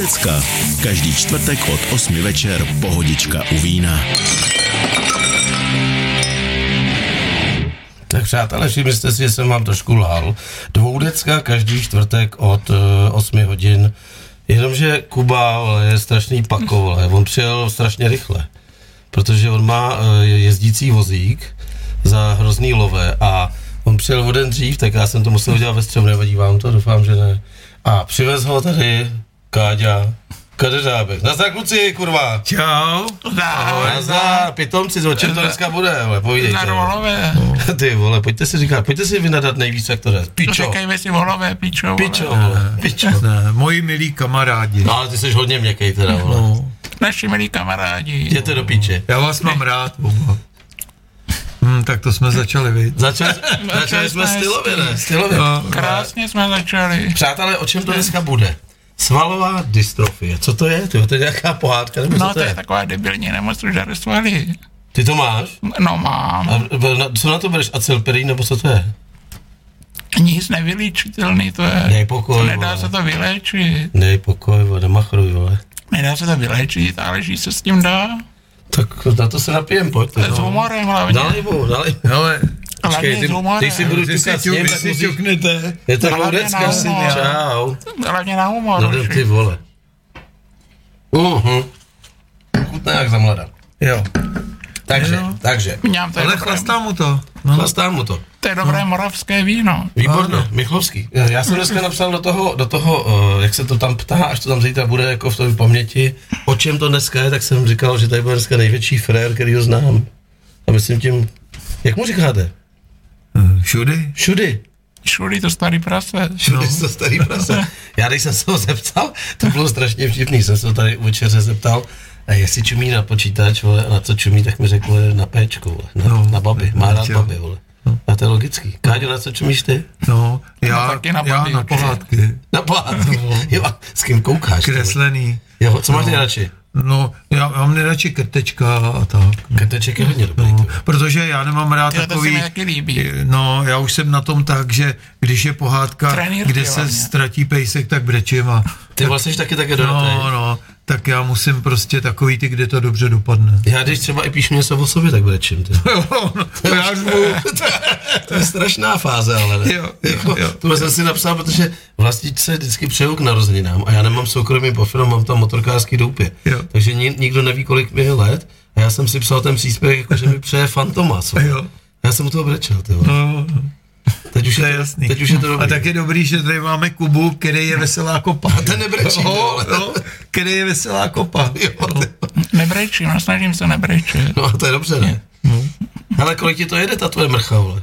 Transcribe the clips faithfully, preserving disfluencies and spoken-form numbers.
Dvoudecka. Každý čtvrtek od osmi večer Pohodička u vína. Tak přátelé, všimli jste si, že jsem vám trošku lhal. Dvoudecka každý čtvrtek od uh, osmi hodin. Jenomže Kuba vole, je strašný pako, vole. On přijel strašně rychle, protože on má uh, jezdící vozík za hrozný lové a on přijel o den dřív, tak já jsem to musel udělat ve středu, nevadí vám to, doufám, že ne. A přivez ho tady Káďa Kadeřábek. Nazdar kluci, kurva. Čau. Ahoj. Nazdar, pitomci, o čem to dneska bude, vole, povídejte. Nazdar, volové. Ty vole, pojďte si říkat, pojďte si vynadat nejvíc, jak to jde. Pičo. Říkajme si volové, pičo, vole. Pičo, vole, pičo. Ne, moji milí kamarádi. No, ale ty jsi hodně měkkej teda, vole. No. Naši milí kamarádi. Jděte do píče. Já vás mám rád, oba. Hmm, tak to jsme začali, viď? Začali, začali jsme stylově, ne? Stylově. No, Krásně jsme začali. Přátelé, o čem to dneska bude? Svalová dystrofie. Co to je? Tyjo, to je nějaká pohádka, nebo No, co to je taková debilní nemoc žary svaly. Ty to máš? No, mám. A na, co na to bereš? Acylpirin, nebo co to je? Nic nevylíčitelný to je. Dej pokoj, Nedá vole. se to vyléčit. Dej pokoj, vole, nemachruj, vole. Nedá se to vyléčit, ale že se s tím dá. Tak na to se napijem, pojď. S humorem hlavně. Dali mu, dali. Hele, Hlavně ty, s humorem. ty si budu když si ťukat s ním, tak si musíš... ťuknete. Je to Hlavně Dvoudecka, na si humor. čau. Hlavně na humor. No, ty vole. Uhum. Chutná jak za mlada. Jo. Takže, Jo. takže. Mňám, to je Ale dobré, chlastá mu to. No. Chlastám mu to. to je dobré moravské víno. Výborně, Michlovský. Já jsem dneska napsal do toho, do toho, uh, jak se to tam ptá, až to tam zítra bude jako v tom paměti, o čem to dneska je, tak jsem říkal, že tady bude dneska největší frér, který ho znám. A myslím tím, jak mu říkáte? Všudy? Všudy. Šudy to starý prase. Všudy to starý prase. Já když jsem se ho zeptal, to bylo strašně vtipný, jsem se ho tady u večeře zeptal, a jestli čumí na počítač, vole, a na co čumí, tak mi řekl, na péčku, vole, na, No, na babi, má rád chtěl. babi, vole. A to je logický. Káďo, na co čumíš ty? No, já, No, taky na já babi na určitě. pohádky. Na pohádky. Jo, a s kým koukáš? ty vole? Kreslený. Jo, co máš No. nejradši? No, já mám nejradši krtečka a tak. Krteček je hodně dobrý. No, No. protože já nemám rád Tyhle, to se takový... mi taky líbí. No, já už jsem na tom tak, že když je pohádka, Trenýrky kde se hlavně. ztratí pejsek, tak brečím a... Ty vlastně taky také dodatý. No, no, tak já musím prostě takový ty, kde to dobře dopadne. Já když třeba i píšu něco o sobě, tak brečím. Ty. Jo, no, to já řvu. To je strašná fáze, ale ne. Jo, jo, jo. Tohle jsem si napsal, protože vlastičce vždycky přejou k narozeninám a já nemám soukromý profil, mám tam motorkářský doupě. Jo. Takže ni, nikdo neví, kolik mi je let a já jsem si psal ten příspěvek, jako že mi přeje Fantomas. Jo. Já jsem u toho brečel, ty vole. No, Teď už to je je to, jasný. teď už je to dobrý. A tak je dobrý, že tady máme Kubu, který je veselá kopa. A ten nebrečí, no, vole. no, který je veselá kopa. Jo, ty. Nebrečím, no snažím se nebrečet. No a to je dobře, ne? No. Hele, kolik ti to jede, ta tvoje mrcha, vole?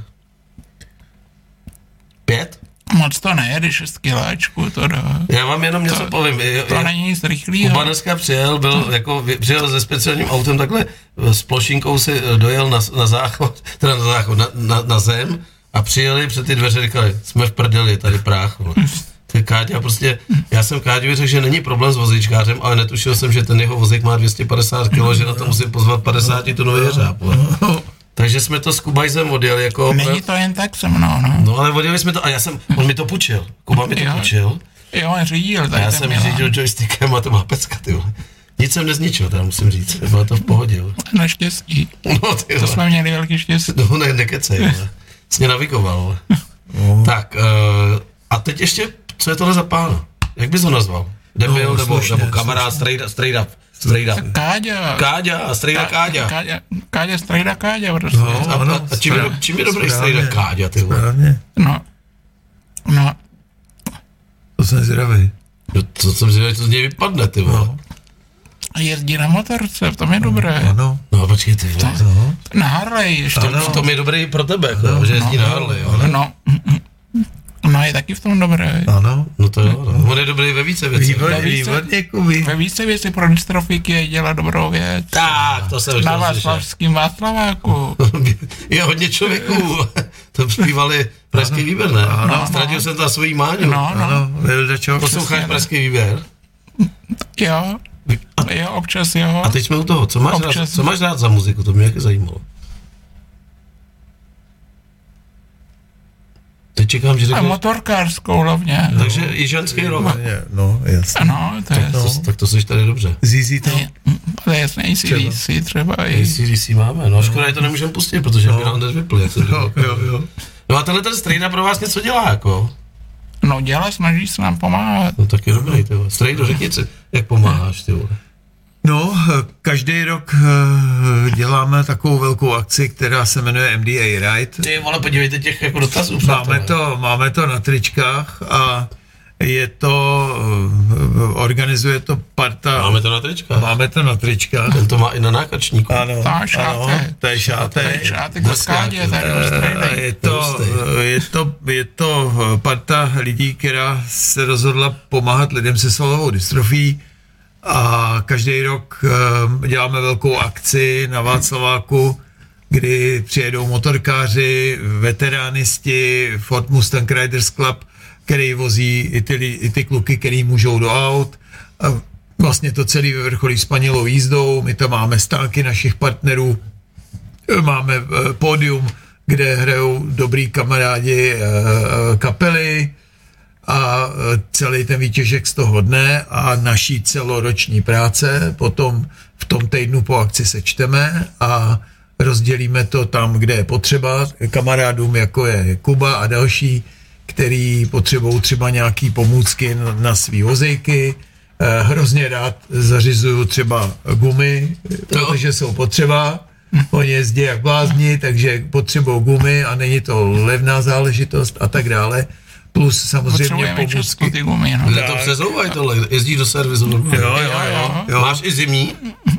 Pět? Moc to nejede, šest kiláčků, to dá. Já vám jenom něco To- povím. Je- To je- není nic Kuba rychlýho. dneska přijel, byl jako, vy- přijel se speciálním autem takhle s plošinkou si dojel na, na záchod, teda na záchod, na, na, na zem a přijeli před ty dveře, říkali, jsme v prdeli, tady práh. Vole. Ty Káďa prostě, já jsem Káďovi řekl, že není problém s vozíčkářem, ale netušil jsem, že ten jeho vozík má dvě stě padesát kilo, že na to musím pozvat padesát tunový jeřáb. vole. Takže jsme to s Kubajzem odjeli jako... Není to jen tak se mnou, no. No ale odjeli jsme to a já jsem, on mi to půjčil, Kuba mi to Jo. půjčil. Jo, on řídil A tady já ten jsem Milan. řídil joystickem a to má pecka, ty vole. Nic jsem nezničil, teda musím říct, bylo to v pohodě. Vole. Naštěstí. No ty To vole. jsme měli velký štěstí. No ne, nekecej, vole. Jsi mě navigoval, vole. Tak, uh, a teď ještě, co je tohle za pána? Jak bys ho nazval? Debil, No, nebo, slušně, nebo kamarád, strejda, strejda, strejda. Káďa. Káďa, strejda Káďa. Káďa, Káďa, strejda Káďa, prostě. No. A, a, a čím, je, do- čím je dobrý strejda Káďa, ty vole? Správně. No. No. To jsem zvědavý. No, co jsem si to z něj vypadne, ty vole. No. Jezdí na motorce, v tom je dobré. Ano. No a počkej, ty vole. No. Na Harley ještě. To, v tom je dobrý pro tebe, jako, že jezdí na Harley, jo. No. No je taky v tom dobré. Ano. No to jo, no. On je dobrý ve více věcí. Výborně, více- výborně, Kubi. Ve více věci pro dystrofiky je dělat dobrou věc. Tak, to jsem už Na slyšel. Václavským Václaváku. Je hodně člověků. To zpívali Pražský výběr, ne? Ano. Ztratil jsem tam svojí máňu. No, no. Ano, Vilda Čok. Posloucháš Pražský výběr? Jo. Jo, občas jo. A teď jsme u toho. Co máš, rád, Občas. co máš rád za muziku? To mě jaké zajímalo. Teď čekám, že A řekneš, motorkářskou hlavně. takže i ženský rok. Je, no, jasně. Ano, to je... To, tak to jsi tady dobře. Zízí to? To je jasný, A C D C třeba i... A C D C máme, no škoda, že to nemůžeme pustit, protože by nám vypli, jak jsem Jo, řekl. jo, jo. No a tenhle ten strejda pro vás něco dělá, jako? No dělá, snaží se nám pomáhat. No tak je dobrý, ty vole. Strejdo, řekni si, jak pomáháš, ty vole. No, každý rok eh, děláme takovou velkou akci, která se jmenuje M D A Ride. Ty vole, podívejte těch jako dotazů. Máme to, máme to na tričkách a je to, eh, organizuje to parta. Máme to na tričkách. Máme to na tričkách. Ten to má i na nákačníku. Ano, To je ano, šátek. to je šátek. Šátek do skádě, tak Eh, Je to, je, to, je to parta lidí, která se rozhodla pomáhat lidem se svalovou dystrofí a každý rok eh, děláme velkou akci na Václaváku, kdy přijedou motorkáři, veteránisti, Ford Mustang Riders Club, který vozí i ty, i ty kluky, který můžou do aut. A vlastně to celé vyvrcholí spanilou jízdou, my tam máme stánky našich partnerů, máme eh, pódium, kde hrajou dobrý kamarádi eh, kapely a eh, celý ten výtěžek z toho dne a naší celoroční práce. Potom v tom týdnu po akci se čteme a rozdělíme to tam, kde je potřeba kamarádům, jako je Kuba a další, který potřebují třeba nějaký pomůcky na, na svý vozejky. Eh, hrozně rád zařizuju třeba gumy, protože jsou potřeba. Oni jezdí jak blázni, takže potřebují gumy a není to levná záležitost a tak dále. Plus samozřejmě Potřebujeme Česku pomůcky. ty gumy, no. Kde to přezouvají tohle? Jezdíš do servisu normálně? Jo, jo, jo. jo. Máš i zimní?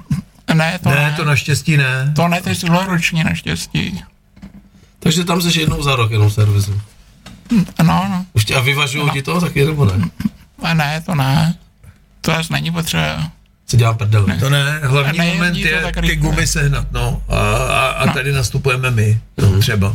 Ne, to Ne, ne. to naštěstí ne. To ne, to je celoroční naštěstí. Takže tam jsi jednou za rok jenom v servisu. No, no. Už tě, a vyvažují ti to taky, nebo ne? A ne, to ne. To asi není potřeba. Co dělám prdel? To ne, hlavní A nejezdí moment to je tak ty rychle. gumy sehnat, no. A, a, a tady nastupujeme my, no, třeba.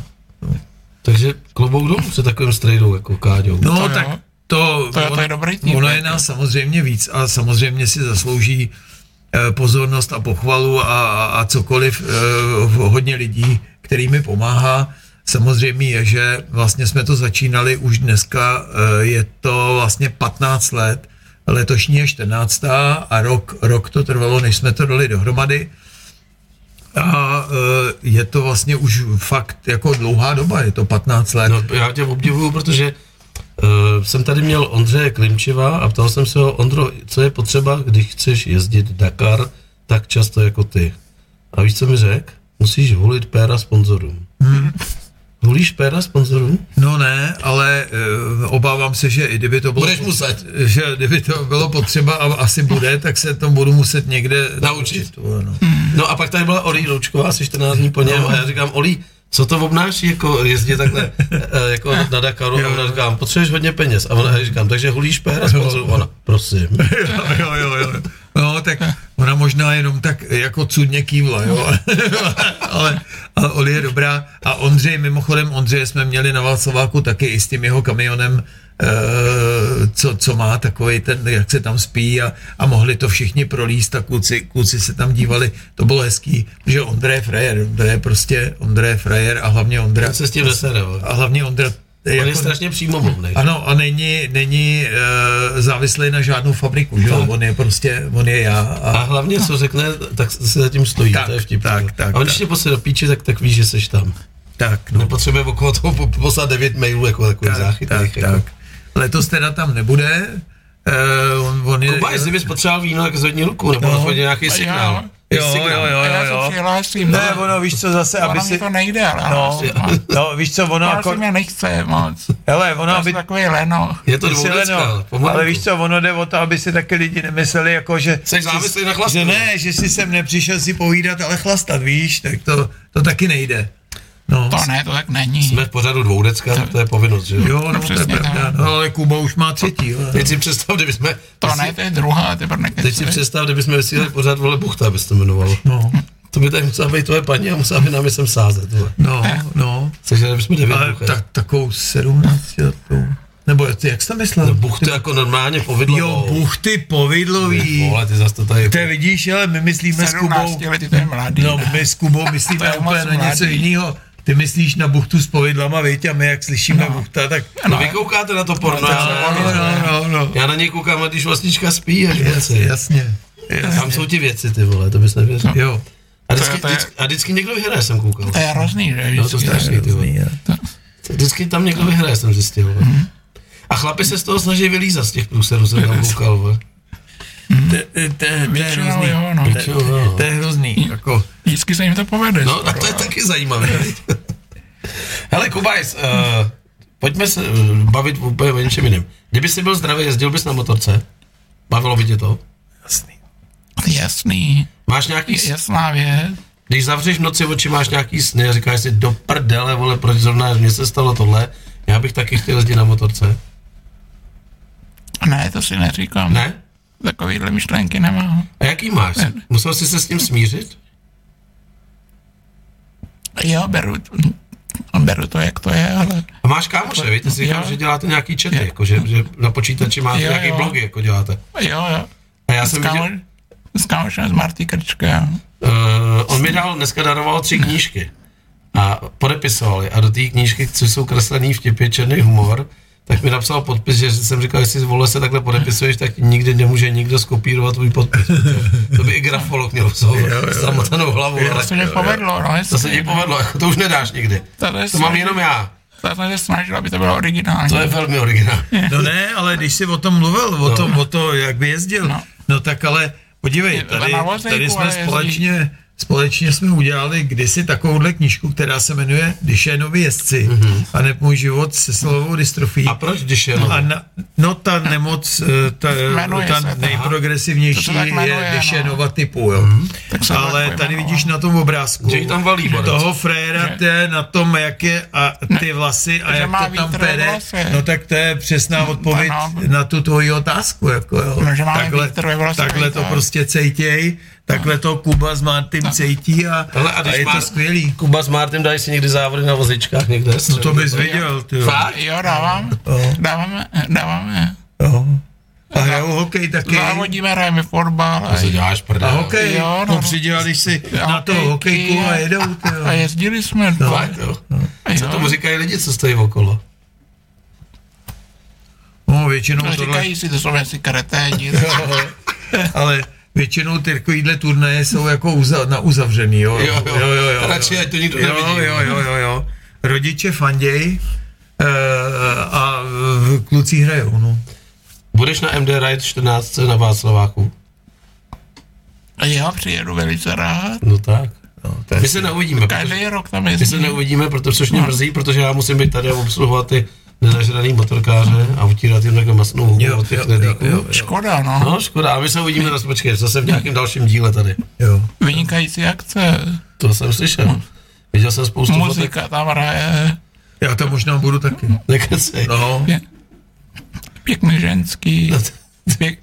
Takže klobouk dolů se takovým strejdou, jako Káďou. No, To tak jo. to, To je- to je dobrý tým, ono je jako. nás samozřejmě víc a samozřejmě si zaslouží eh, pozornost a pochvalu a, a, a cokoliv eh, hodně lidí, který mi pomáhá. Samozřejmě je, že vlastně jsme to začínali už dneska, eh, je to vlastně patnáct let, letošní je čtrnáctá a rok, rok to trvalo, než jsme to dali dohromady. A eh, je to vlastně už fakt jako dlouhá doba, je to patnáct let. No, já tě obdivuju, protože uh, jsem tady měl Ondřeje Klimčiva a ptal jsem se ho, Ondro, co je potřeba, když chceš jezdit Dakar tak často jako ty. A víš, co mi řekl? Musíš hulit péra sponzorům. Hmm. Hulíš péra sponzorům? No ne, ale uh, obávám se, že i kdyby to bylo... Budeš muset. Že kdyby to bylo potřeba a asi bude, tak se to budu muset někde Naučit. No. No a pak tady byla Olí Roučková, asi čtrnáct dní po něm No. a já říkám, Olí, co to obnáší jako jezdit takhle eh, jako na Dakaru a ona říkám, potřebuješ hodně peněz a ona říkám, takže hulíš péra sponzorům, ona, prosím. jo, jo, jo. No, tak ona možná jenom tak jako cudně kývla, jo. ale, ale Oli je dobrá. A Ondřej, mimochodem Ondřeje jsme měli na Václaváku taky i s tím jeho kamionem, e, co, co má takovej ten, jak se tam spí a, a mohli to všichni prolíst a kluci, kluci se tam dívali. To bylo hezký, že Ondra je frajer. Ondra je prostě, Ondra je frajer a hlavně Ondra... Já se s tím nesere, A hlavně Ondra... On je strašně přímomluvný. Ano, a není, není uh, závislý na žádnou fabriku, že jo? On je prostě, on je já. A, A hlavně, co řekne, tak se za tím stojí, Tak, to je vtipné. tak, tak, A on tak. když tě posle do píči, tak, tak víš, že seš tam. tak, no. Nepotřebuje okolo toho po- poslat devět mailů, jako takový Tak, záchyt. tak, jako. tak. Letos teda tam nebude. Uh, on, on je, Kuba, jestli bys potřeboval víno, tak zvedni ruku, nebo No. aspoň nějaký signál. Jo. Jo, Signál. jo, jo, A já jo, se jo. přihlásím. Ne, ono, víš co, zase, aby Ono mi si... to nejde, ale No, no, víš co, ono ono jako... si mě nechce moc. Hele, ono, Já aby... jsem takový leno. Je to Ty si dvoudecka, Leno, pomalu. ale víš co, ono jde o to, aby si taky lidi nemysleli, jako že... Jsi závislý na chlastu. Že ne, že si sem nepřišel si povídat, ale chlastat, víš, tak to, to taky nejde. No. To ne, to tak není. Jsme v pořadu dvoudecka, to je povinnost, že jo? Jo, no, to je přesně pravda, tak. no, ale Kuba už má třetí, jo. Teď si představ, kdybychom... To ne, to je druhá, ty brne Teď si představ, kdybychom vysílali pořád vole Buchta, aby se to jmenovalo. No, To by tady musela být tvoje paní a musela by nám sem sázet. Vole. no, no. Takže bychom devět Ale buchet. tak, takovou sedmnáctiletou. Nebo jak, jak jsi to myslel? No, Buchty jako normálně povidlovou. Jo, buchty povidlový. Vole, ty zase to tady... To je, vidíš, ale my myslíme s Kubou, sedmnáct lety, to je mladý. no my s Kubou To myslíme je úplně moc na něco mladý. jiného. ty myslíš na buchtu s povidlama, viď, a my jak slyšíme no. buchta, tak... No vy koukáte na to porno, no, no, no, no, no. Já na něj koukám, když vlastnička spí až Jas, jasně, jasně. Tam jsou ti věci, ty vole, to bys nevěřil. No. Jo. A vždycky, to je, vždycky, a vždycky někdo vyhraje, jsem koukal. To je hrozný, že? No to strašný, ty vole. Vždycky tam někdo vyhraje, jsem zjistil. Mm. A chlapi se z toho snaží vylízat z těch průserů, jsem tam koukal, vole. To je hrozný. To je hrozný. Vždycky se jim to povede. No a to je taky zajímavé. Hele, Kubajs, uh, pojďme se bavit úplně o něčem jiném. Kdyby jsi byl zdravý, jezdil bys na motorce? Bavilo by tě to? Jasný. Jasný. Máš nějaký... Jasná věc. Když zavřeš v noci oči, máš nějaký sny a říkáš si do prdele, vole, proč zrovna mně se stalo tohle, já bych taky chtěl jezdit na motorce. Ne, to si neříkám. Ne? Takovýhle myšlenky nemám. A jaký máš? Ne. Musel jsi se s tím smířit? Jo, beru, beru to, jak to je, ale... A máš kámoše, víte, si říkám, že děláte nějaký chaty, jako, že, že na počítači máte jo, nějaký jo. blogy, jako děláte. Jo, jo. A já jsem viděl... S kámošem z Marty Krčka. Uh, on mi dal, dneska daroval tři knížky a podepisovali a do té knížky, což jsou kreslený vtipy, černý humor, tak mi napsal podpis, že jsem říkal, jestli vole se takhle podepisuješ, tak nikdy nemůže nikdo skopírovat tvůj podpis. To, to by i grafolog měl vzal samotanou hlavu. Jo, to se mi povedlo, no. To se ti povedlo, jako to už nedáš nikdy. To, to mám jenom já. To jsem se snažil, aby to bylo originální. To je velmi originální. No ne, ale když jsi o tom mluvil, o, no. tom, o to, jak by jezdil, no, no tak ale podívej, tady, tady jsme společně, společně jsme udělali kdysi takovouhle knížku, která se jmenuje Dušenovi jezdci mm-hmm. a ne můj život se slovou dystrofí. A proč Dušenov? No ta nemoc, ta, ta nejprogresivnější je Dušenova typu, jo. Mm-hmm. Ale tady vidíš na tom obrázku tam valí, toho fréra, te, na tom, jak je a ty vlasy a jak to tam pere, no tak to je přesná odpověď na tu tvoji otázku, jako jo. Takhle, takhle to prostě cejtěj, takhle to Kuba s Martym cejtí a, ale a, a je to skvělý. Kuba s Martym dají si někdy závody na vozičkách někde? No to bys viděl, ty jo. Fakt? Jo, dávám, dáváme, dáváme. Jo. A hrajou hokej taky. Závodíme, hrajeme fotbal. To si děláš prdel. A hokej, jo, no, no přidělali si na to hokejku a jedou, ty jo. A jezdili jsme. No. Fakt, jo. No. Co tomu říkají lidi, co stojí okolo? No, většinou no, tohle... Říkají si, to jsou asi kareténi. Ale většinou ty takovýhle turnaje jsou jako uza, na uzavřený, jo? Jo, jo, jo, jo, jo. Radši, ať to nikdo jo, nevidí. Jo, jo, jo, jo. Rodiče fanděj uh, a uh, kluci hrajou, no. Budeš na M D Ride čtrnáct na Václaváku? Jo, přijedu velice rád. No tak. No, my se neuvidíme. Každý rok tam jezdí. My se neuvidíme, protože což mě no. mrzí, protože já musím být tady a obsluhovat ty nezažraný motorkáře a utírat jim takhle masnou hubu od těch ledíků. Škoda, no. No, škoda, a my se uvidíme na počkej, zase v nějakém dalším díle tady. Jo. Vynikající akce. To jsem slyšel. No. Viděl jsem spoustu muzika fotek. Tam hraje. Já tam možná budu taky. Nekecej. No. Pě- pěkný ženský. Pěk-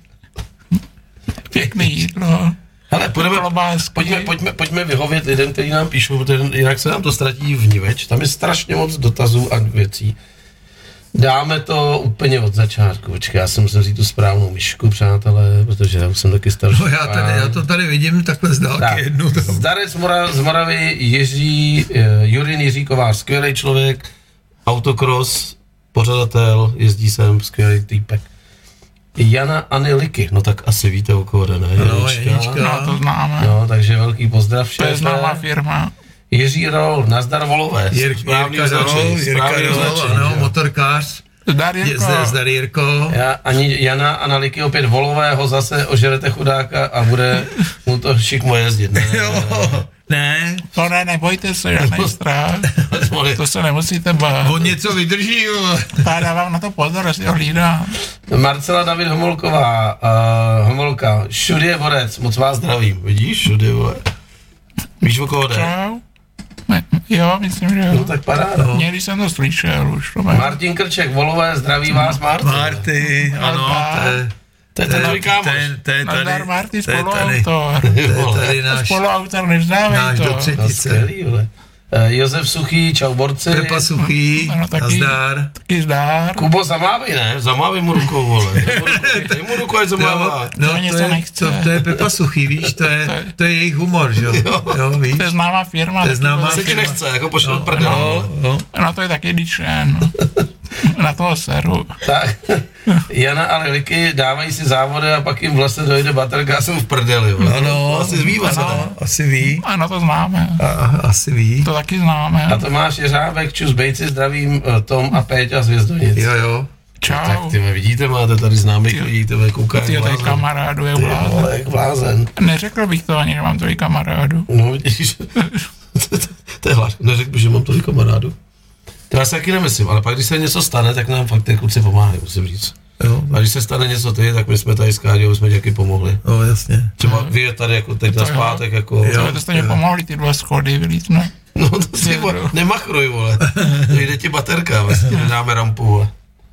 pěkný jídlo. Hele, půjdeme, pojďme, pojďme, pojďme vyhovět lidem, kteří nám píšou, protože jinak se nám to ztratí vniveč. Tam je strašně moc dotazů a věcí. Dáme to úplně od začátku. Počkej, já jsem musel říct tu správnou myšku, přátelé, protože já už jsem taky starší. No já, tady, já to tady vidím takhle z dálky tak, jednu. Tam. Zdarec Mora, z Moravy, Jiří, Jurin Jiříková, skvělý člověk, autokros, pořadatel, jezdí sem, skvělý týpek. Jana Aniliky, no tak asi víte, o koho jde, ne? No, Janička. No, to známe. No, takže velký pozdrav všem. To je známá firma. Jiří Rol, nazdar Volové. Jir, Jirka Rol, Jirka Rol, ano, motorkář. Zdar Jirko. Zdar, zdar Jirko. Já, ani Jana Aniliky opět Volového zase ožerete chudáka a bude mu to šikmo jezdit. Ne, jo, ne. To ne, nebojte se, žádnej strach. To se nemusíte bát. On něco vydrží, jo. Já dávám na to pozor, jestli ho hlídám. Marcela David Homolková, uh, Homolka, všude je Borec, moc vás zdravím. Vidíš, všude je vole. Víš, o koho jde? Čau. Jo, myslím, že jo. No tak paráda. No. Někdy jsem to slyšel už. To Martin Krček, Volové, zdraví vás, Marty. Marty, ano, to je ten tvůj kámoš. To je tady. Nazdar Marty, spoluautor. To je tady náš. Spoluautor, nevzdáme to. Náš do třetice. Skvělý, vole. Josef Suchý, čau borci. Pepa Suchý, Ano, taky, nazdár. taky zdár. Kubo, zamávej, ne? Zamávej mu rukou, vole. Dej mu ruku, ať zamává. No, To to něco je, nechce. to, to je Pepa Suchý, víš, to je, to je jejich humor, že jo? Jo, víš? To je známá firma. To je známá Se ti firma. nechce, jako pošel no, prdel. No, no. No to je taky dičen. Na toho seru. Tak, Jana a Liliky dávají si závody a pak jim vlastně dojde baterka a jsou v prdeli. Vole. Ano, To asi ví, vlastně, ano, ne? asi ví. Ano, to známe. A, asi ví. To taky známe. A Tomáš Jeřábek, čus bejci, zdravím eh, Tom a Péťa z Hvězdonic. Jo, jo. Čau. Tak ty vidíte, máte tady známých lidí, ty koukají. Ty tady kamarádu je Ty blázen. vole, jak blázen. Neřekl bych to ani, že mám tolik kamarádu. No vidíš, to je hlad, neřekl bych, že mám tolik kamarádů. To já si taky nemyslím, ale pak když se něco stane, tak nám fakt ty kluci pomáhají, musím říct. Jo. A když se stane něco ty, tak my jsme tady s Káďou, jsme ti taky pomohli. No, jasně. Třeba vy je tady jako teď na jo. zpátek, jako... Jo. To jste mě pomohli, ty dva schody vylítne. No to si Ty vole, bro. nemachruj, vole. Jde ti baterka, vlastně, dáme rampu, vole.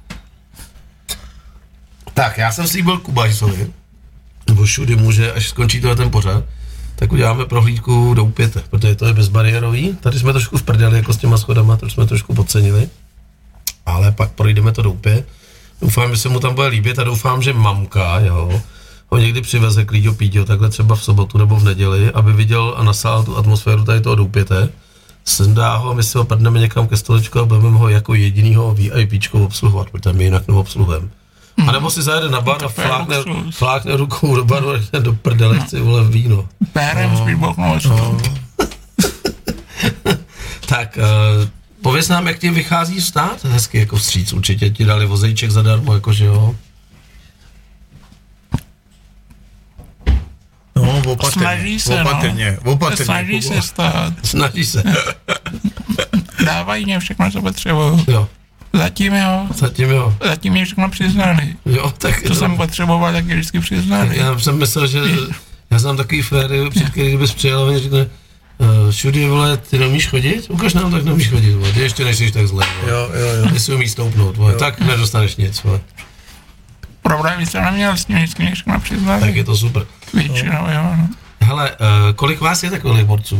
Tak, já jsem slíbil Kubajsovi, nebo všudy může, až skončí tohle ten pořad, tak uděláme prohlídku do Úpěte, protože to je bezbariérový. Tady jsme trošku vprdeli jako s těma schodama, to jsme trošku podcenili, ale pak projdeme to do Úpě. Doufám, že se mu tam bude líbit a doufám, že mamka, jo, ho někdy přiveze Klíďo Píďo, takhle třeba v sobotu nebo v neděli, aby viděl a nasál tu atmosféru tady toho Doupěte. Sendá ho a my si ho prdneme někam ke stolečku a budeme ho jako jedinýho VIPčkou obsluhovat, protože my jinak neobsluhujeme. A nebo si zajede na bar a flákne, flákne rukou do baru a jde do prdele, chci vole víno. Pérem No. speedbox no, No. Tak, uh, pověz nám, jak ti vychází stát hezky jako vstříc, určitě ti dali vozejček zadarmo, jakože jo. No, opatrně, Snaží se, opatrně, no. opatrně. Snaží Kubo. se stát. Snaží se. Dávají mě všechno, co potřebuju. Jo, Zatím jo. zatím jo. Zatím mě všechno přiznali. Jo, tak Co jsem potřeboval, tak je vždycky přiznali. Já jsem myslel, že já znám takový féry, před který kdybys přijel a oni řekne, uh, Šudy, vole, ty neumíš chodit? Ukaž nám, tak neumíš chodit, vole. Ty ještě nejsi tak zlej, vole. Jo, jo, jo. Ty si umíš stoupnout, vole. Tak nedostaneš nic, vole. Problémy jsem neměl s tím, vždycky mě všechno Tak přiznali. je to super. Většinou, jo, no. Hele, uh, kolik vás je takových borců?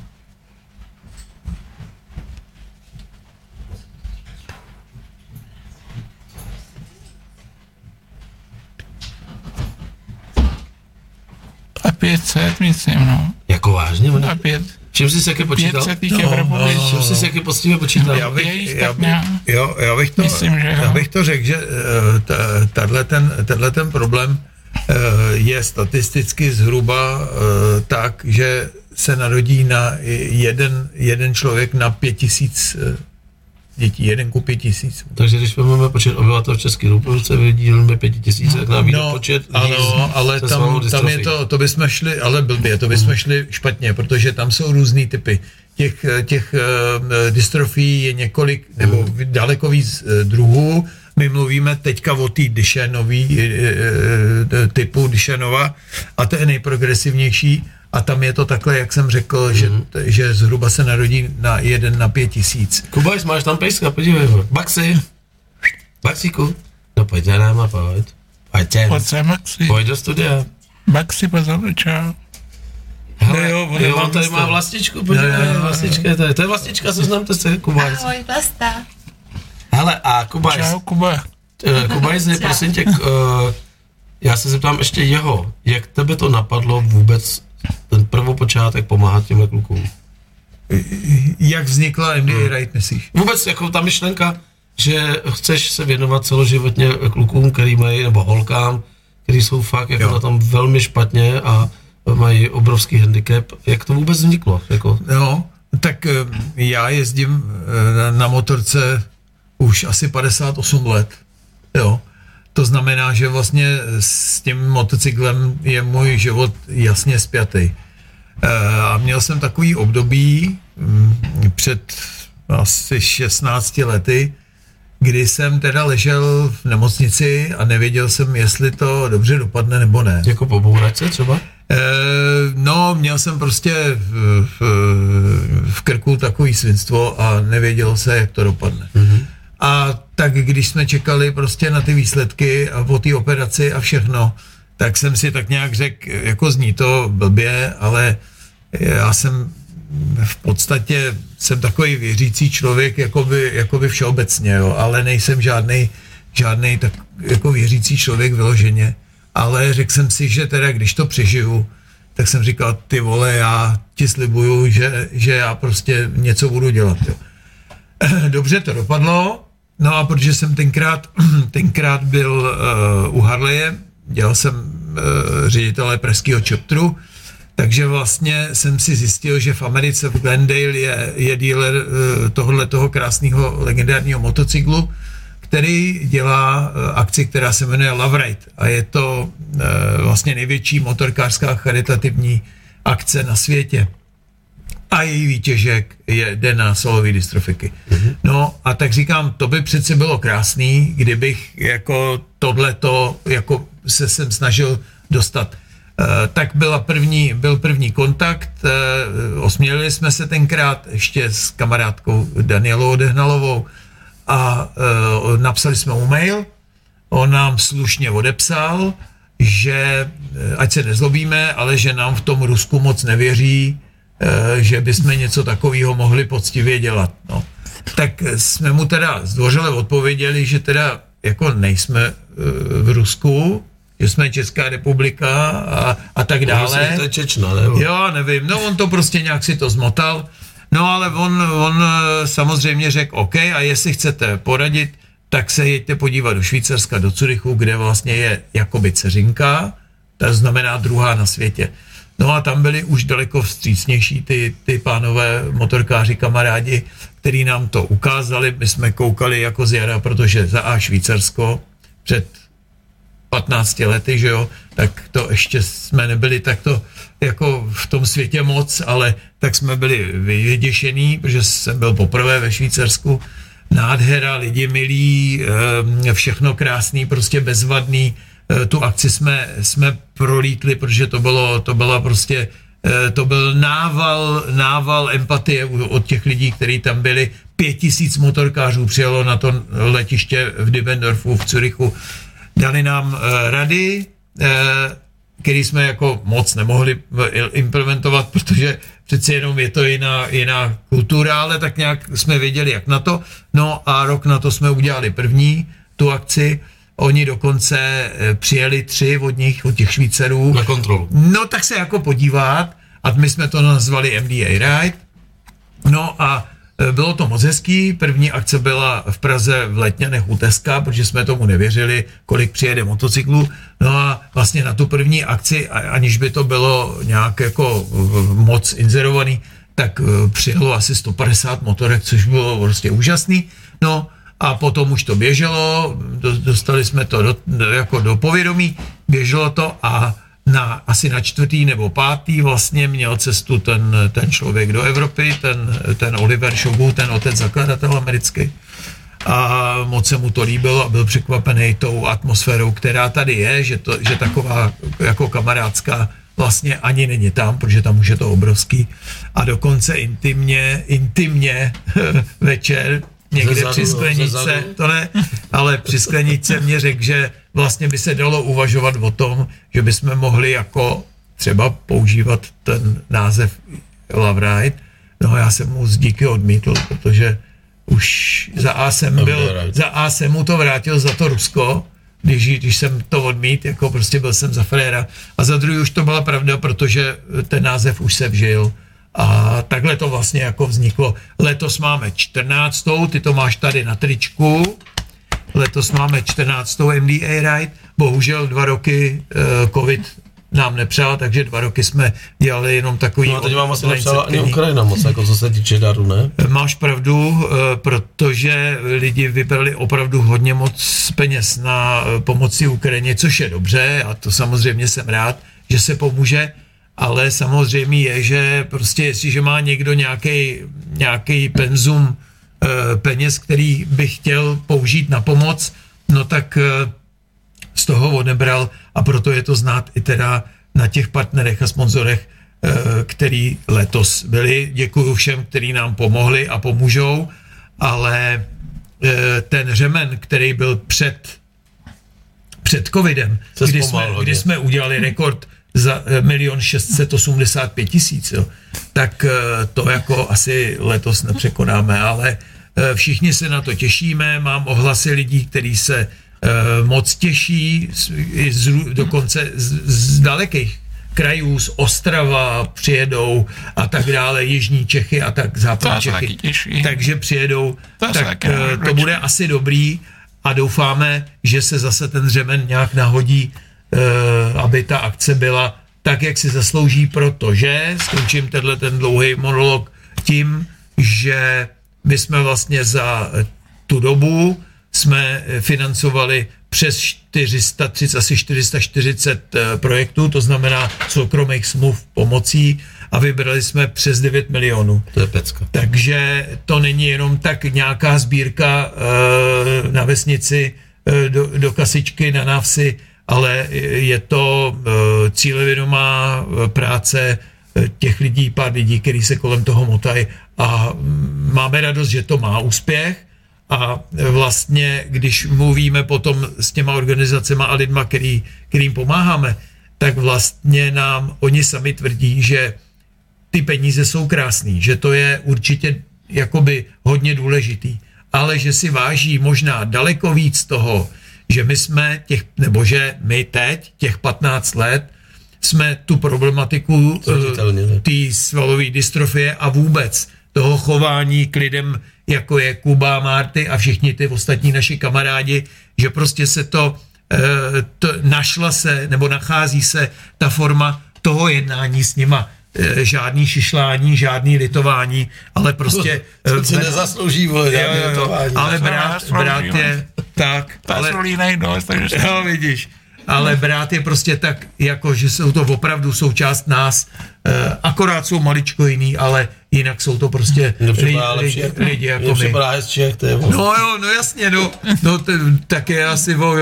A pět set, myslím, no. Jako vážně, A mne? pět, Čím jsi se jaký počítal? pět set jich je No, v republice. no, Čím jsi se jaký poctivě počítal? Já bych, Je jich já tak bych, nějak. jo, já bych to, Myslím, že jo. já bych to řekl, že eh, t- tenhle ten, tenhle ten problém eh, je statisticky zhruba eh, tak, že se narodí na jeden, jeden člověk na pět tisíc eh, dětí, jeden ku pět tisíc. Takže když máme počet obyvatel v České republice, vydělíme pět tisíc, tak nám vyjde No, počet lidí ano, ale se tam, svalovou tam je dystrofií. to, to bychom šli, ale blbě, to bychom šli špatně, protože tam jsou různý typy. Těch, těch uh, dystrofií je několik, nebo daleko víc uh, druhů. My mluvíme teďka o té Duchennový uh, uh, typu Duchennova a to je nejprogresivnější a tam je to takhle, jak jsem řekl, že, že zhruba se narodí na jeden na pět tisíc. Kubajs, máš tam pejska, podívej ho. Baxi. Baxíku. No pojď za náma, pojď. Pojď sem. Pojď sem, Maxi. Pojď do studia. Maxi, pozor, čau. Hele, No jo, jo, on jo, nemá on tady místo. má vlastičku, podívej, Jo, jo, jo. vlastička je tady. To je vlastička, seznamte se, Kubajs. Ahoj, Vlasta. Hele, a Kubajs, Čau, Kuba. uh, Kubajs, prosím tě, uh, já se zeptám ještě jeho, jak tebe to napadlo vůbec ten prvopočátek pomáhat těmhle klukům? Jak vznikla M D A Right, myslíš? Vůbec jako ta myšlenka, že chceš se věnovat celoživotně klukům, který mají, nebo holkám, který jsou fakt jako Jo. na tom velmi špatně a mají obrovský handicap. Jak to vůbec vzniklo? Jako, No, tak eh, já jezdím eh, na motorce už asi padesát osm let, jo. To znamená, že vlastně s tím motocyklem je můj život jasně spjatý. Eh, A měl jsem takový období mm, před asi šestnácti lety, kdy jsem teda ležel v nemocnici a nevěděl jsem, jestli to dobře dopadne nebo ne. jako po bouračce třeba? Eh, no, měl jsem prostě v, v, v krku takový svinstvo a nevědělo se, jak to dopadne. Mm-hmm. A tak když jsme čekali prostě na ty výsledky a po té operaci a všechno, tak jsem si tak nějak řekl, jako zní to blbě, ale já jsem v podstatě jsem takový věřící člověk, jakoby, jakoby všeobecně, jo, ale nejsem žádnej, žádnej tak jako věřící člověk vyloženě. Ale řekl jsem si, že teda když to přežiju, tak jsem říkal, ty vole, já ti slibuju, že, že já prostě něco budu dělat. Jo. Dobře to dopadlo, no a protože jsem tenkrát, tenkrát byl uh, u Harleje, dělal jsem uh, ředitele pražského chapteru, takže vlastně jsem si zjistil, že v Americe v Glendale je, je dealer uh, tohohle toho krásného legendárního motocyklu, který dělá uh, akci, která se jmenuje Love Ride a je to uh, vlastně největší motorkářská charitativní akce na světě. A její výtěžek je jde na solové dystrofiky. Mm-hmm. No a tak říkám, to by přece bylo krásný, kdybych jako tohleto jako se jsem snažil dostat. Uh, tak byla první, byl první kontakt, uh, osmělili jsme se tenkrát ještě s kamarádkou Danielou Odehnalovou a uh, napsali jsme mu mail, on nám slušně odepsal, že ať se nezlobíme, ale že nám v tom Rusku moc nevěří, že bychom něco takového mohli poctivě dělat. No. Tak jsme mu teda zdvořile odpověděli, že teda jako nejsme v Rusku, že jsme Česká republika a, a tak dále. To je Čečna, nebo? Jo, nevím, no on to prostě nějak si to zmotal, no ale on, on samozřejmě řekl OK, a jestli chcete poradit, tak se jeďte podívat do Švýcarska, do Curychu, kde vlastně je jakoby dceřinka, to znamená druhá na světě. No a tam byli už daleko vstřícnější ty, ty pánové motorkáři, kamarádi, který nám to ukázali. My jsme koukali jako z jara, protože za A Švýcarsko před patnácti lety, že jo, tak to ještě jsme nebyli takto jako v tom světě moc, ale tak jsme byli vyděšení, protože jsem byl poprvé ve Švýcarsku. Nádhera, lidi milí, všechno krásný, prostě bezvadný. Tu akci jsme, jsme prolítli, protože to bylo, to byla prostě, to byl nával, nával empatie od těch lidí, kteří tam byli. Pět tisíc motorkářů přijelo na to letiště v Dibendorfu v Curychu. Dali nám rady, který jsme jako moc nemohli implementovat, protože přeci jenom je to jiná, jiná kultura, ale tak nějak jsme věděli, jak na to. No a rok na to jsme udělali první tu akci. Oni dokonce přijeli tři od nich, od těch Švýcarů. Na kontrolu. No tak se jako podívat, a my jsme to nazvali M D A Ride. No a bylo to moc hezký. První akce byla v Praze v Letňanech u Teska, protože jsme tomu nevěřili, kolik přijede motocyklů. No a vlastně na tu první akci, aniž by to bylo nějak jako moc inzerovaný, tak přijelo asi sto padesát motorek, což bylo prostě úžasný. No a potom už to běželo, dostali jsme to do, jako do povědomí, běželo to a na, asi na čtvrtý nebo pátý vlastně měl cestu ten, ten člověk do Evropy, ten, ten Oliver Shogu, ten otec zakladatel americký. A moc se mu to líbilo a byl překvapený tou atmosférou, která tady je, že, to, že taková jako kamarádská vlastně ani není tam, protože tam už je to obrovský. A dokonce intimně, intimně večer někde zezadu, při skleničce, to ne, ale při skleničce mě řekl, že vlastně by se dalo uvažovat o tom, že bychom mohli jako třeba používat ten název Love Ride. No já jsem mu z díky odmítl, protože už za A jsem byl, za A jsem mu to vrátil za to Rusko, když, když jsem to odmít, jako prostě byl jsem za fréra. A za druhý už to byla pravda, protože ten název už se vžil. A takhle to vlastně jako vzniklo. Letos máme čtrnáctou, ty to máš tady na tričku. Letos máme čtrnáctou M D A Ride. Bohužel dva roky uh, covid nám nepřál, takže dva roky jsme dělali jenom takový... No a teď vám asi nepřála ani Ukrajina moc, jako co se týče daru, ne? Máš pravdu, uh, protože lidi vybrali opravdu hodně moc peněz na uh, pomoci Ukrajině, což je dobře a to samozřejmě jsem rád, že se pomůže. Ale samozřejmě je, že prostě jestliže má někdo nějaký, nějaký penzum e, peněz, který by chtěl použít na pomoc, no tak e, z toho odebral a proto je to znát i teda na těch partnerech a sponzorech, e, který letos byli. Děkuju všem, kteří nám pomohli a pomůžou, ale e, ten řemen, který byl před před covidem, kdy jsme, kdy jsme udělali rekord za milion šest set osmdesát pět tisíc, jo, tak to jako asi letos nepřekonáme, ale všichni se na to těšíme, mám ohlasy lidí, kteří se moc těší, z, dokonce z, z dalekých krajů, z Ostrava přijedou a tak dále, jižní Čechy a tak západní Čechy. Takže přijedou, to tak to bude asi dobrý a doufáme, že se zase ten řemen nějak nahodí, aby ta akce byla tak, jak si zaslouží, protože skončím tenhle ten dlouhý monolog tím, že my jsme vlastně za tu dobu jsme financovali přes čtyři sta třicet, asi čtyři sta čtyřicet projektů, to znamená soukromých smluv pomocí a vybrali jsme přes devět milionů. To je pecka. Takže to není jenom tak nějaká sbírka e, na vesnici e, do, do kasičky na návsi, ale je to e, cílevědomá práce těch lidí, pár lidí, kteří se kolem toho motají a máme radost, že to má úspěch. A vlastně, když mluvíme potom s těma organizacema a lidma, který, kterým pomáháme, tak vlastně nám oni sami tvrdí, že ty peníze jsou krásný, že to je určitě jakoby hodně důležitý, ale že si váží možná daleko víc toho, že my jsme těch, nebo že my teď, těch patnáct let, jsme tu problematiku té svalové dystrofie a vůbec toho chování k lidem, jako je Kuba, Marty a všichni ty ostatní naši kamarádi, že prostě se to, to našla se, nebo nachází se ta forma toho jednání s nima. Žádný šišlání, žádný litování, ale prostě... To si nezaslouží, vole, žádný litování. Ale brát, brát je tak... Ale, takže... Jo, vidíš. Ale brát je prostě tak, jako že jsou to opravdu součást nás, akorát jsou maličko jiný, ale jinak jsou to prostě lidi, lidi, lidi jako my. Čech, to je no jo, no jasně, no, no t- tak je asi o,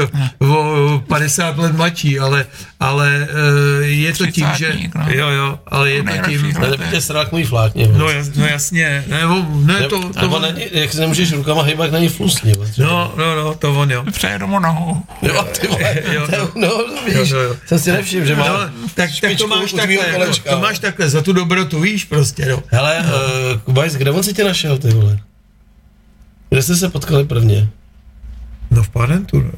o padesát let mladší, ale, ale je to tím, že... Jo, jo, ale je to tím... Ale by tě srák můj flák, no, no jasně, nebo ne, to... to nebo není, jak si nemůžeš rukama hejbat, není flusně. No, no, no, to on, jo. Přejedu mu nohu. Jo, ty vole, no, vidíš, jsem si nevšiml, že má tak to máš takhle, to máš takhle, za tu dobrotu, víš, prostě, no. Hele, uh, Kubajs, kde on si tě našel, ty vole? Kde jste se potkali prvně? No v Parentu, ne?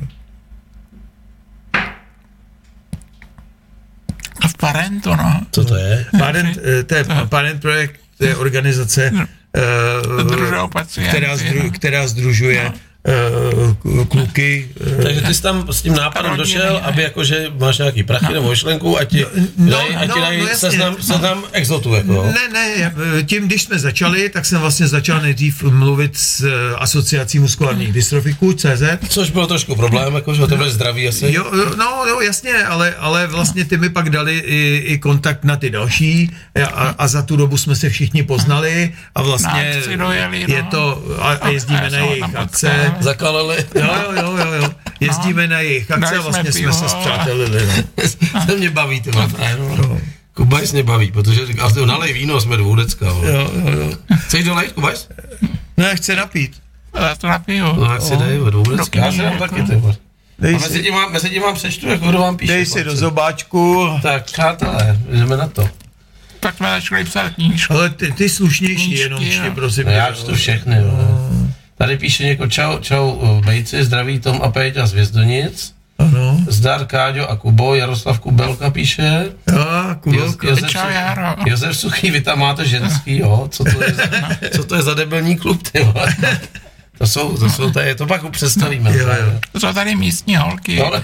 A v Parentu, no. Co to je? Parent, to je Parent projekt, to je organizace, uh, která, zdru, která združuje no. Uh, kluky. Uh, Takže ty jsi tam s tím nápadem rodiny, došel, ne? Aby jakože máš nějaký prachy no. nebo myšlenku a ti no, dají no, daj no, seznam, seznam exotu. Jako. Ne, ne, tím, když jsme začali, tak jsem vlastně začal nejdřív mluvit s asociací muskulárních dystrofiků, C Z. Což byl trošku problém, jakože o to byl zdraví asi. Jo, no, jo, jasně, ale, ale vlastně ty mi pak dali i, i kontakt na ty další a, a za tu dobu jsme se všichni poznali a vlastně dojeli, je to, a, a jezdíme na jejich akce. Zakalili. Jo, jo, jo, jo. Jezdíme no, na jejich akce a vlastně jsme se zpřátelili. No. To mě baví, ty máte. No. Kubajs mě baví, protože a to nalej víno, jsme do Vůdecka. Jo, jo, jo. Chceš dolejt, Kubajs? Ne, chci napít. Já to napiju. No, jak si dej, do Vůdecka. Já si dám taky, ty vole. A mezi tím, mám, mezi tím mám přečtu, jako kdo vám píše. Dej si do zobáčku. Tak, přátelé, jdeme na to. Tak jsme začali psát knížku. Ale ty, ty slušnější jenom čti, prosím. No, já čtu všechny, jo. Tady píše někoho, čau, čau, bejci, zdraví Tom a Péťa z Vězdonic. Ano. Zdar, Káďo a Kubo, Jaroslav Kubelka píše. Jo, Kubelka. Josef, čau, Jaro. Josef Suchý, vy tam máte ženský, jo, co to je za, co to je za debilní klub, ty vole. To jsou, to jsou, to je, to pak představíme. Jo, jo. To jsou tady místní holky. No,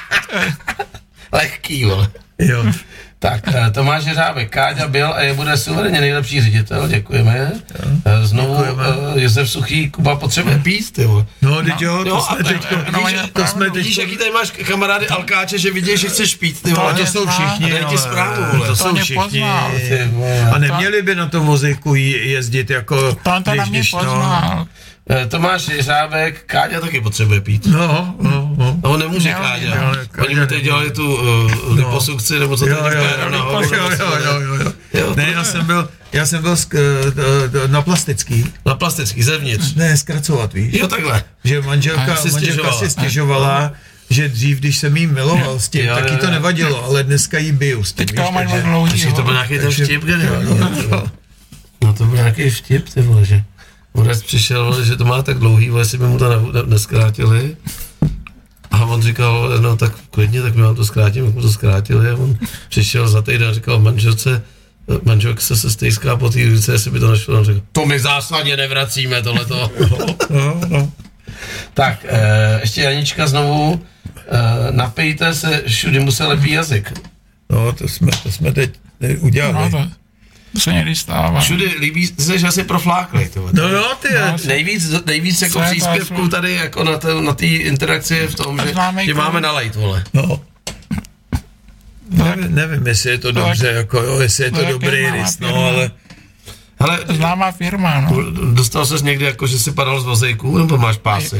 lehký, vole. Jo. Tak, Tomáš Jeřábek, Káďa byl a je bude suverénně nejlepší ředitel, děkujeme. Znovu děkujeme. Josef Suchý, Kuba potřebuje pít, ty vole. No, teď jo, to jsme teďko, no, to jsme teďko. Víš, jaký tady máš kamarády alkáče, že vidíš, že chceš pít, ty vole. To, to jsou všichni, a ti zprávu, vole. To jsou všichni. A neměli by na tom vozíku jezdit jako, to to když, když, no. Tomáš Jeřábek, Káďa taky potřebuje pít. No, no, no. No, nemůže Káďa. Oni mu teď dělali tu uh, liposukci, nebo co to je nahoru. Jo, jo, jo, jo. Ne, já jsem byl, já jsem byl sk, na plastický. Na plastický, zevnitř. Ne, zkracovat, víš. Jo, takhle. Že manželka, si manželka si stěžovala, že dřív, když jsem jí miloval s tím, jo, taky jo, to jo. nevadilo, ale dneska jí biju s tím. Teďka mají takže- dlouhý, Takže to byl nějaký ten vtip, geniální. no. No to byl nějaký vtip, ty vole, že Borec přišel, vole, že to má tak dlouhý, vole, jestli by mu to ne, ne, neskrátili. A on říkal, no tak klidně, tak my vám to zkrátím, jak mu to zkrátili. A on přišel za týden a říkal manželce, manželka se se stejská po té ruce, jestli by to nešlo. On řekl, to my zásadně nevracíme, tohleto. No, no. Tak, e, ještě Janička znovu, e, napijte se, všudy mu se lepí jazyk. no, to jsme, to jsme teď udělali. No to, to se někdy stává. Všudy líbí se, že asi profláklej. To, No jo, ty, No, Nejvíc, nejvíc jako Co je to, příspěvků co- tady jako na té na té interakci je v tom, že, známej že klub. máme nalejt, vole. no. Nevím, nevím, jestli je to No, dobře, jako jo, jestli je to no, dobrý jak je rys, známá no, firma. ale Hele, Známá firma, no. dostal ses někdy jako, že jsi padal z vozejku, nebo máš pásy?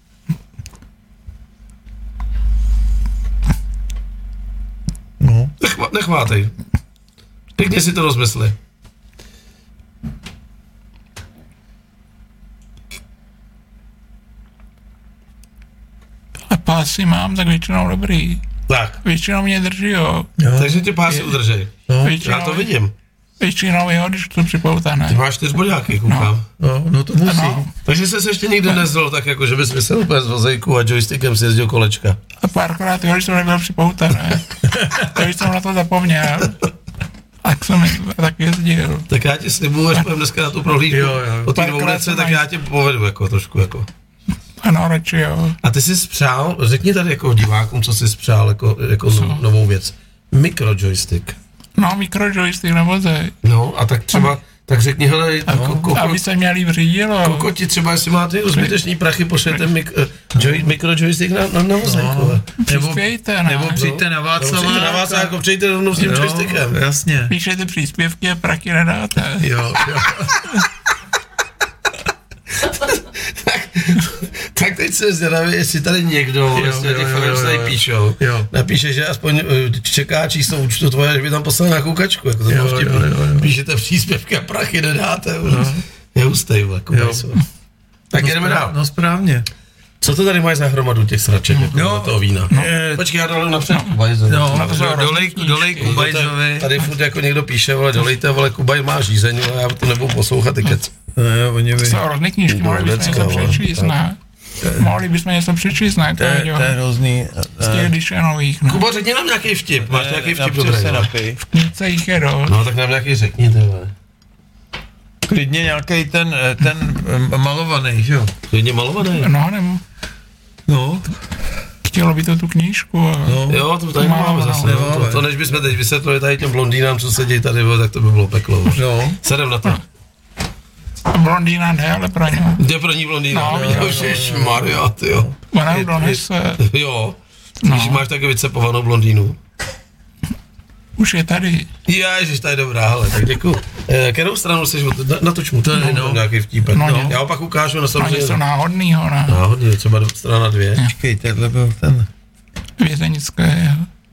no. Nechva, nechvátej. Pěkně si to rozmysli. Ale pásy mám, tak většinou dobrý. Tak, Většinou mě drží, jo. Jo. takže ty pásy udržej. No, Většinou, Já to vidím. Většinou, jo, když to připoutané. Ty máš čtyřboďáky, koukám. no, no to musí. No. Takže jsi se ještě nikdy nezl tak jako, že bys myslel úplně z vozejku a joystickem si jezdil kolečka. A párkrát, jo, když jsem nebyl připoutané. To když jsem na to zapomněl. Tak jsem tak jezdil. Tak já ti slibuju, až půjdeme dneska na tu prohlídku Jo, jo. o té Párkrát dvoudece, jsem tak mají- já tě povedu jako trošku jako. Ano, radši, jo. A ty jsi spřál, řekni tady jako divákům, co jsi spřál jako, jako no, novou věc. Mikrojoystick. No, mikrojoystick na voze. No a tak třeba, tak řekni, hele, ko, ko, Aby se mě líp řídilo. kokoti třeba, jestli máte zbytečný prachy, pošlete mik, uh, joy, mikrojoystick na, na, na vozejku. No. Nebo, Přispějte, ne? nebo přijďte na Václava. Přijďte na vás a jako přijďte rovnou s tím joystickem. Jasně. Píšete příspěvky a praky nedáte. Jo, jo. Tak teď se zvědavě, jestli tady někdo, Jo, jestli jo, těch jo, firm jo, tady jo. píšou, Jo. napíše, že aspoň uh, čeká číslo účtu tvoje, že by tam poslal na koukačku, jako to bylo Jo, vtipný. jo, jo, jo. Píšete příspěvky a prachy nedáte, no. Je hustej, jako Jo. Tak No jdeme správ- dál. No správně. Co to tady máš za hromadu těch sraček, jako No, toho vína? no. Počkej, já dole napřed Kubajzovi. No, to jsou dolej, dolej Tady, Kubajzovi. tady furt jako někdo píše, vole, dolejte, vole, Kubaj má žízeň, ale já to nebudu poslouchat, ty kec. No jo, oni by... Jsou hrozný knížky, mohli bychom Dneska, něco vole, přečíst, tak. ne? Mohli bychom něco přečíst, ne? To je, to je hrozný. Z těch Dishanových, no. Kubo, řekni nám nějaký vtip, máš nějaký vtip Napřed dobrý, se vole. napij. V knížce jich je dost. No tak nám nějaký řekni, ty vole. Klidně nějaký ten, eh, ten eh, malovaný, že jo? Klidně malovaný. No, nebo No, chtělo by to tu knížku. A... no. Jo, to tady Máme, máme no. zase. Jo. To, Nemáme. to, než bychom teď vysvětlili tady těm blondýnám, co sedí tady, vole, tak to by bylo peklo. už. No. Sedem na to. A blondýna ne, ale pro ně. Jde pro ní blondýna. No, No, jo, jo, Ježišmarja, ty jo. Ona ju donese. Jo. No. Když máš taky vycepovanou blondýnu. Už je tady. Ježiš, to je dobrá, hele, tak děkuju. Eh, kterou stranu jsi, na, natoč mu, to je no. nějaký vtípek. No, No, no. já opak ukážu na A samozřejmě. něco náhodnýho, ne? Náhodně, třeba do strana dvě. Počkej, tenhle byl ten. Vězenické.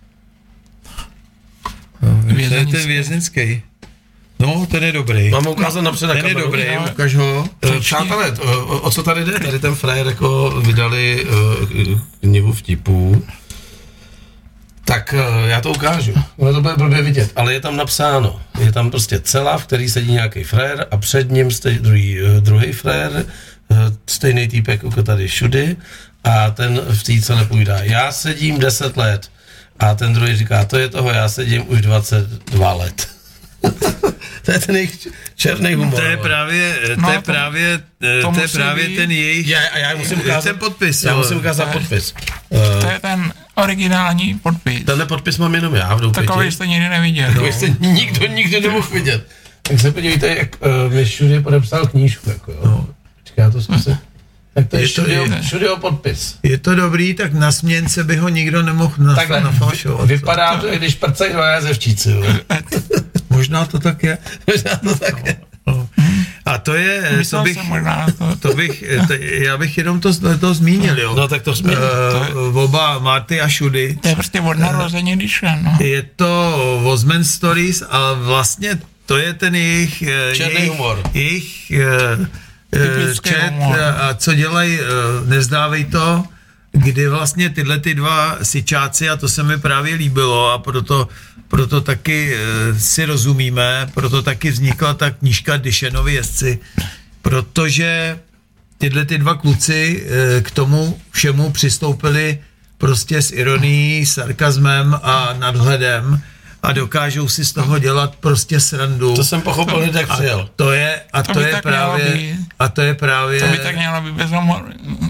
No, to je Vězenický. ten věznický. No, ten je dobrý. Mám ukázat napřed na Ten je kameru. dobrý, No. ukaž ho. Eh, Přátelé, o, o o co tady jde? Tady ten frajer jako vydali uh, knihu vtipů. Tak uh, já to ukážu. Ono to bude blbě vidět, ale je tam napsáno. Je tam prostě celá, v který sedí nějaký frajer a před ním stojí druhý, uh, druhý frajer, uh, stejný týpek jako tady všudy a ten v té celé půjdá. Já sedím deset let a ten druhý říká, to je toho, já sedím už dvacet dva let. To je ten jejich černý humor. To je vole. právě, to No, je to- právě, eh, to to je musí právě být. ten jejich, Já, a já musím ukázat ten podpis. Já jo. musím ukázat To je- podpis. To Uh, je ten originální podpis. tenhle podpis mám jenom já v doupěti. Takový jste nikdy neviděl. Takový jste nikdo nikdy nemohl vidět. Tak se podívejte, jak uh, mi Šudy podepsal knížku. Jako, jo. Počkej, já to zkusím. Tak to je, Je to- Šudyho, je- Šudyho podpis. Je to dobrý, tak na směnce by ho nikdo nemohl na, Takhle, nafalšovat. vypadá to, když prcají dva jazevčíci. jo. Možná to tak je. Možná to tak je. No. A to je, to Myslel bych, jsem možná to. to bych, to, já bych jenom to, to zmínil, jo. No tak to jsme. Uh, oba Marty a Šudy. To je prostě od narození Dishan, no. Je to Ozman Stories a vlastně to je ten jejich, eh, Černý jejich, humor. jejich eh, eh, Typický chat humor. a co dělají, eh, nezdávej to kdy vlastně tyhle ty dva syčáci, a to se mi právě líbilo a proto, proto taky e, si rozumíme, proto taky vznikla ta knížka Dyšenovi jezdci, protože tyhle ty dva kluci e, k tomu všemu přistoupili prostě s ironií, sarkazmem a nadhledem a dokážou si z toho dělat prostě srandu. To jsem pochopil, že tak přijel. To je, a to, To by je tak právě, mělo být. a to je právě, To by tak mělo být bez humoru.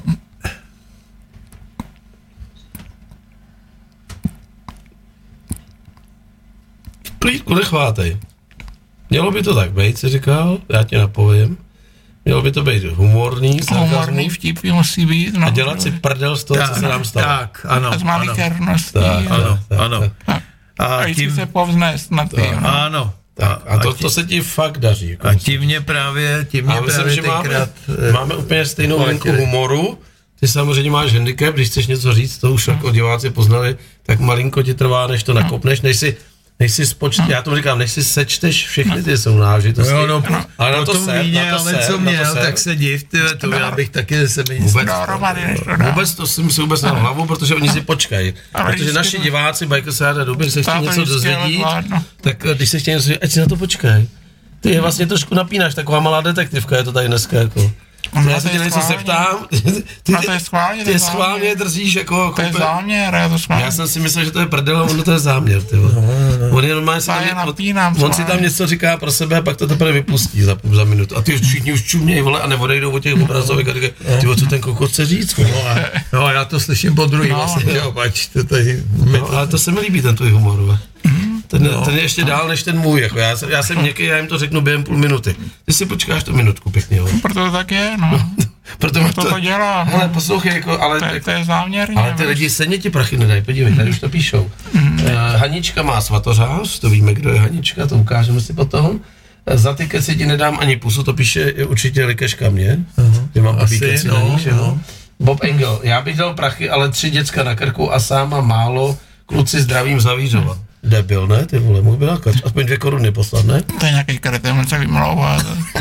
Plítku nechvátej. Mělo by to tak být, si říkal, já ti napovím. Mělo by to být humorný, Humorný sarkazmý vtipy musí být. No, a dělat si prdel z toho, tak, co se nám stalo. tak, ano, z ano, malicherností. Tak, ano, tak, ano. tak. A A vždycky tím, se povznést na ty. no. ano. Tak, a to, ti- to se ti fakt daří. Jako a tím mě právě, tím mě a myslím, právě že máme, tenkrát... eh, máme úplně stejnou poletěli. linku humoru. Ty samozřejmě máš handicap, když chceš něco říct, to už jako diváci poznali, tak malinko ti trvá, než to nakopneš, než si, než si spoč, já tomu říkám, než si sečteš všechny ty sounáležitosti. Jo, no, ale na po to tom ser, víně, na to ale ser, co na to měl, ser. tak se div, tyhle, to já bych taky ze sebe nic... Vůbec, Dohromady, než to dá. vůbec to si musí vůbec na hlavu, protože oni si počkají. Ale Protože vždycky naši to- diváci, Bajko se ráda doby, se chtějí Táto něco vždycky ale dozvědět, zvládnu. tak eh, když se chtějí něco dozvědět, ať si na to počkej. Ty je vlastně trošku napínáš, taková malá detektivka je to tady dneska jako. No, Já to se tě je něco schválně. zeptám, ty, No, to je schválně, to ty je schválně záměr. držíš jako... To je kope- záměr, já to schválně. Já jsem si myslel, že to je prdel, a ono to je záměr, ty vole. On je normálně si Já tam, je on, napínám on si schválně. tam něco říká pro sebe a pak to teprve vypustí za, za minutu. A ty už všichni už čumějí, vole, a neodejdou od těch obrazovek a říkají, ty vole, co ten kokot chce říct, vole. No, a, no a já to slyším po druhý No. vlastně, že jo, pač, to tady... No, ale to se mi líbí, ten tvůj humor, vole. Ten, no. ten je ještě dál než ten můj, jako já, jsem, já jsem měkký, já jim to řeknu během půl minuty. Ty si počkáš tu minutku pěkně, jo. Proto to tak je, no. Protože To to dělá. Hele, poslouchej, jako, ale, To je, to je záměrně. ale ty lidi stejně ti prachy nedají, podívej, tady už to píšou. Mhm. Uh, Hanička má svatořář, to víme, kdo je Hanička, to ukážeme si potom. Uh, za ty keci ti nedám ani pusu, to píše určitě Likeška mě, uh-huh. že mám blbý Asi, keci no, na ní, že jo. no. Bob Engel, já bych dal prachy, ale tři děcka na krku a sám a málo kluci zdravím zavířovat. Debil, ne, ty vole, mohl by lákat, aspoň dvě koruny poslat, ne? To je nějaký kretén, on se vymlouvá.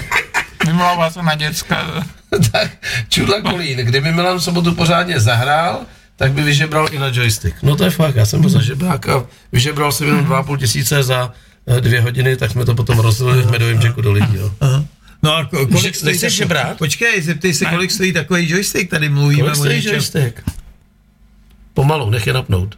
Vymlouvá se na děcka. Tak, Čudla Kolín, kdyby Milan v sobotu pořádně zahrál, tak by vyžebral i na joystick. No to je fakt, já jsem byl za žebrák a vyžebral jsem jenom dva a půl tisíce za eh, dvě hodiny, tak jsme to potom rozdělili v medovém jacku do lidí, no. Aha. No a ko- kolik Že- stojí... nechceš takový- žebrat? Počkej, zeptej se, kolik stojí takový joystick, tady mluvíme Kolik o stojí něčem. joystick? Pomalu, nech je napnout.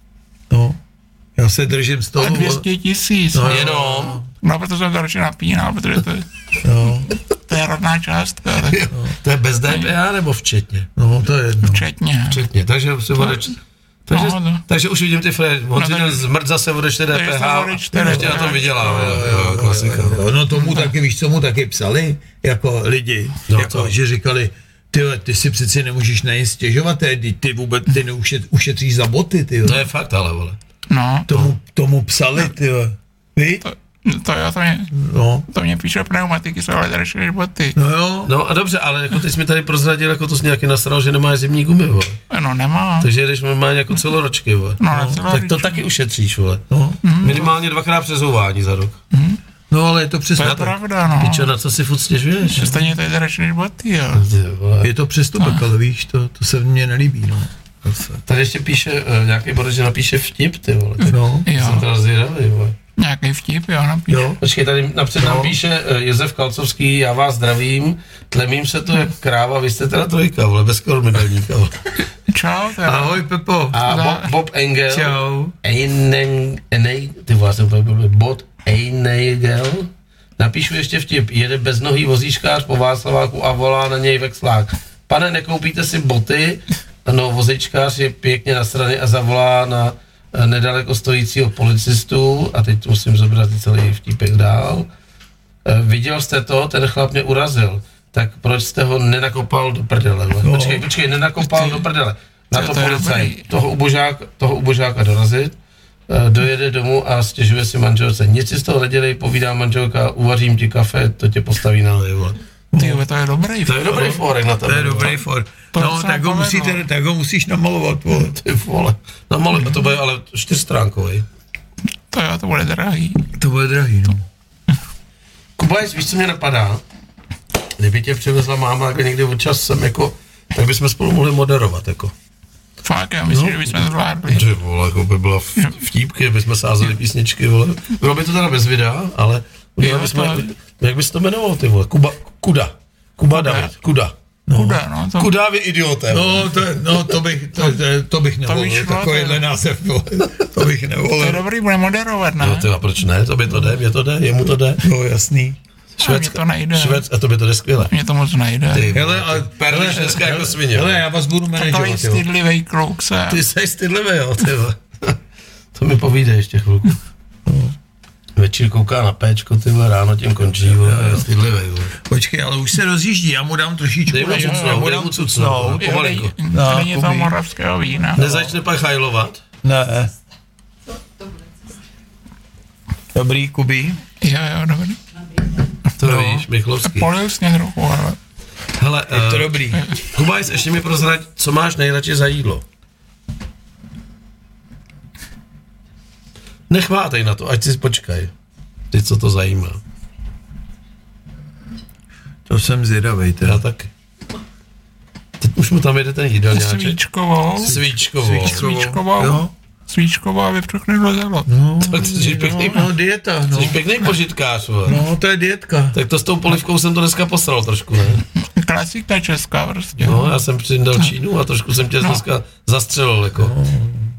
No, já se držím stolu. dvě stě tisíc. No, Jenom. No, protože jsem to radši napínal, protože to, No, to je rodná částka, tak To je bez D P H nebo včetně? no, to je jedno. včetně. Včetně, takže si odeč... Takže, No, no. takže už vidím ty fréry. On No, si tak- ten zmrt zase odečte D P Takže se H odečte a ještě na D P H. tom vydělá. jo, jo, klasika. Jo, no tomu taky, víš, co mu taky psali, jako lidi, No, jako, co? že říkali, ty, ty si přeci nemůžeš na ně stěžovat, ty, ty vůbec ty neušet, ušetříš za boty, ty. To je fakt, ale vole. No, Tomu, tomu psali, ty. Víš? to, to jo, to mě, No, to mě píše pneumatiky, jsou ale dražší než boty. no jo. No a dobře, ale jako teď jsi mi tady prozradil, jako to jsi nějaký nasral, že nemáš zimní gumy, vole. No, nemá. Takže když máme jako celoročky, vole. No, na celou Tak to říč. taky ušetříš, vole. No, Minimálně dvakrát přezouvání za rok. no ale je to přesně To je tak. pravda, no. Pičo, na co si furt stěžuješ? Stejně to je dražší než boty, jo. Ty vole. Je to přestupek, ale víš, to, to se mně nelíbí, no. Tady ještě píše, uh, nějaký bodec, že napíše vtip, ty vole. No, Jsem Jo, teda zvědavý, vole. nějaký vtip, jo, napíš. jo. Počkej, tady napřed nám píše uh, Josef Kalcovský, já vás zdravím, tlemím se to jak kráva, vy jste teda trojka, vole, bez kormidelníka, vole. Čau, to je. Ahoj, Pepo. A Bob, Bob Engel, Čau. Einen, Enej, ty vole, já jsem úplně blbý, Bob Einegel, napíšu ještě vtip, jede beznohý vozíčkář po Václaváku a volá na něj vexlák. Pane, nekoupíte si boty? No, vozíčkář je pěkně nasraný a zavolá na eh, nedaleko stojícího policistu, a teď musím zobrat celý vtípek dál. Eh, viděl jste to? Ten chlap mě urazil. Tak proč jste ho nenakopal do prdele? No. Počkej, počkej, nenakopal do prdele. Na To- to to je policaj dobrý. toho ubožáka, toho ubožáka dorazit, eh, dojede domů a stěžuje si manželce. Nic si z toho nedělej, povídá manželka, uvařím ti kafe, to tě postaví na levo. Ty jo, to je dobrý. To je dobrý fórek na tebe. To je dobrý for. To No, se tak ho, povedlo. musíte, tak ho musíš namalovat, vole. Ty vole. Na mole, to bude ale čtyřstránkový. To jo, to bude drahý. To bude drahý, no. Kubajs, víš, co mě napadá? Kdyby tě přivezla máma jako někdy občas sem, jako, tak bychom spolu mohli moderovat, jako. Fakt, já myslím, no. že bychom to zvládli. Ty vole, jako by byla vtípky, bychom sázeli písničky, vole. Bylo by to teda bez videa, ale udělali bychom, to... jak bys to jmenoval, ty vole, Kuba, Kuda, Kuba, Kuba. David, Kuda. No. Kuda, no. To... Kuda, vy idioté. No, to, no, to bych, to, to, to bych nevolil, takovýhle název, to bych nevolil. To je dobrý, bude moderovat, ne? No, tyva, proč ne, to by to jde, mě to jde, jemu to jde. No, jasný. Švédska, to nejde. Švéd, a to by to jde skvěle. Mně to moc nejde. Ty, hele, ale perliš dneska jako svině. Hele, já vás budu manažovat, jo. Takový stydlivý klouk se. Ty jsi stydlivý, jo, tyva. To mi povídej ještě chvilku. Večer kouká na péčko, tyhle, ráno tím končí, vole, je stydlivý, vole. Počkej, ale už se rozjíždí, já mu dám trošičku. Dej mu cucnout, dej mu cucnout, pomalinku. Není to moravského vína. Nezačne pak hajlovat? Ne. Dobrý, Kubi. Jo, jo, dobrý. To no. Víš, Michlovský. Polilsně trochu, ale... Hele, je to uh, dobrý. Kubajs, ještě mi prozrať, co máš nejradši za jídlo? Nechvátej na to, ať si počkaj. Ty, co to zajímá. To jsem zvědavej, teda. Já taky. Teď už mu tam jede ten jídelňáček. Svíčkovou. Svíčkovou. Svíčkovou. Jo. Svíčkovou a vypřechne do zelo. No, tak ty jsi pěkný, no, no, dieta, no. Jsi pěkný požitkář, vole. No, to je dietka. Tak to s tou polivkou jsem to dneska posral trošku, ne? Klasika česká prostě. No, já jsem přidal Čínu a trošku jsem tě no. dneska zastřelil, jako. No.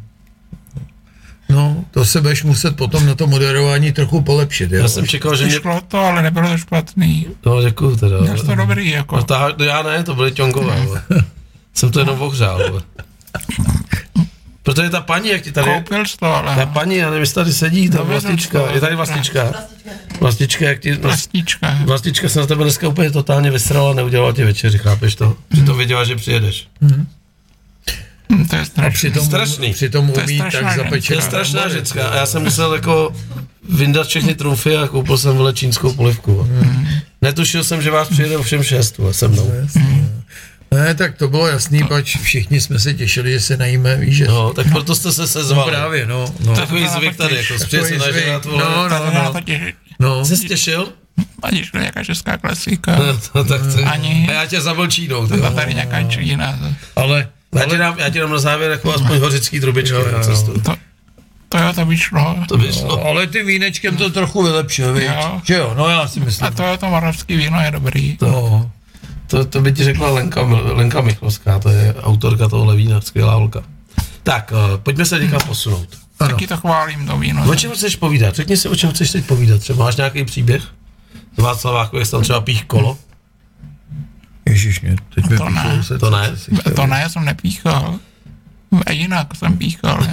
No, to se budeš muset potom na to moderování trochu polepšit, jo? Já jsem čekal, že mě... Šlo to, ale nebylo to špatný. No, děkuju teda. Já to dobrý, jako. No, ta, já ne, to byly ťongové, vole. Jsem to jenom ohřál, vole. Protože ta paní, jak ti tady... Koupil jsi to, ale... Ta paní, já nevím, jestli tady sedí, ta vlastička, je tady vlastička. Vlastička, jak ti... Vlastička. Vlastička se na tebe dneska úplně totálně vysrala, neudělala ti večeři, chápeš to? Přitom věděla, že přijedeš. Mm. To je strašný. Přitom, strašný. Přitom umí tak zapečená. To je strašná ženská a já jsem musel jako vyndat všechny trumfy a koupil jsem vele čínskou polivku. Mm. Netušil jsem, že vás přijede všem šest se mnou. Mm. Ne, tak to bylo jasný, pač všichni jsme se těšili, že se najíme, víš, že... No, tak proto jste se sezvali. No právě, no. no. Takový zvyk tady, jako spět se nažrat, vole. No, no, no. no. Jsi těšil? Ani šlo nějaká česká klasika. No, tak to... Ani... A já tě zabil Čínou. A tady nějaká Čína. Ale... Já ti dám, já ti dám na závěr jako aspoň hořický trubičky jo, na cestu. To, to jo, to by šlo. To by šlo. No, ale ty vínečkem to trochu vylepšil, víš? Jo. Že jo, no já si myslím. A to je to moravský víno, je dobrý. To, to, to by ti řekla Lenka, Lenka Michlovská, to je autorka tohohle vína, skvělá holka. Tak, uh, pojďme se někam posunout. Ano. Taky to chválím, to víno. O čem chceš povídat? Řekni si, o čem chceš teď povídat. Třeba máš nějaký příběh? Z Václaváku, jestli tam třeba pích kolo? Ježiš, mě teď mi to píchal ne. se. To ne? To ne, jsem nepíchal. A jinak jsem píchal.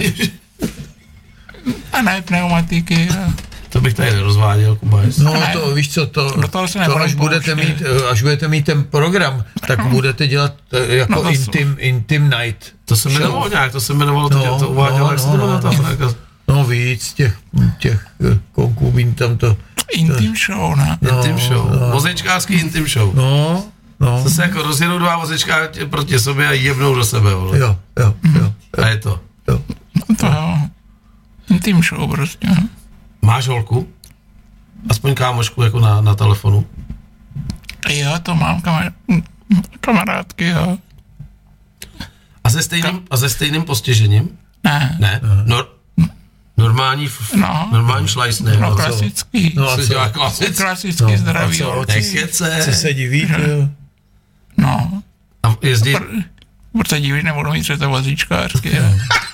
A ne pneumatiky. A... To bych tady nerozváděl, Kubajs. No to, víš co, to, to až, budete mít, až budete mít ten program, tak budete dělat jako no intim, intim night. To se jmenovalo nějak, to se jmenovalo, no, to, to uvádělo, no, jak no, se to jmenovalo tam. No, no víc, těch, těch konkubín tam to... Intim show, ne? No, intim show, no. Vozečkářský intim show. No, no. To se jako rozjedou dva vozečkáři proti sobě a jebnou do sebe, vole. Jo, jo, jo. jo. A je to. Jo. To jo. Intim show prostě. Máš holku? Aspoň kámošku jako na, na telefonu? Jo, to mám kamar... kamarádky, jo. A se stejným, Ka- a se stejným postižením? Ne. Ne? Nor- normální, f- no. normální šlajsne. No, klasický. No, a co? Klasický, klasický no, zdravý holky. Co se divíte, jo? No. A jezdí... Pr- Proč se divíš, nebudu mít třeba vozíčkářky, jo?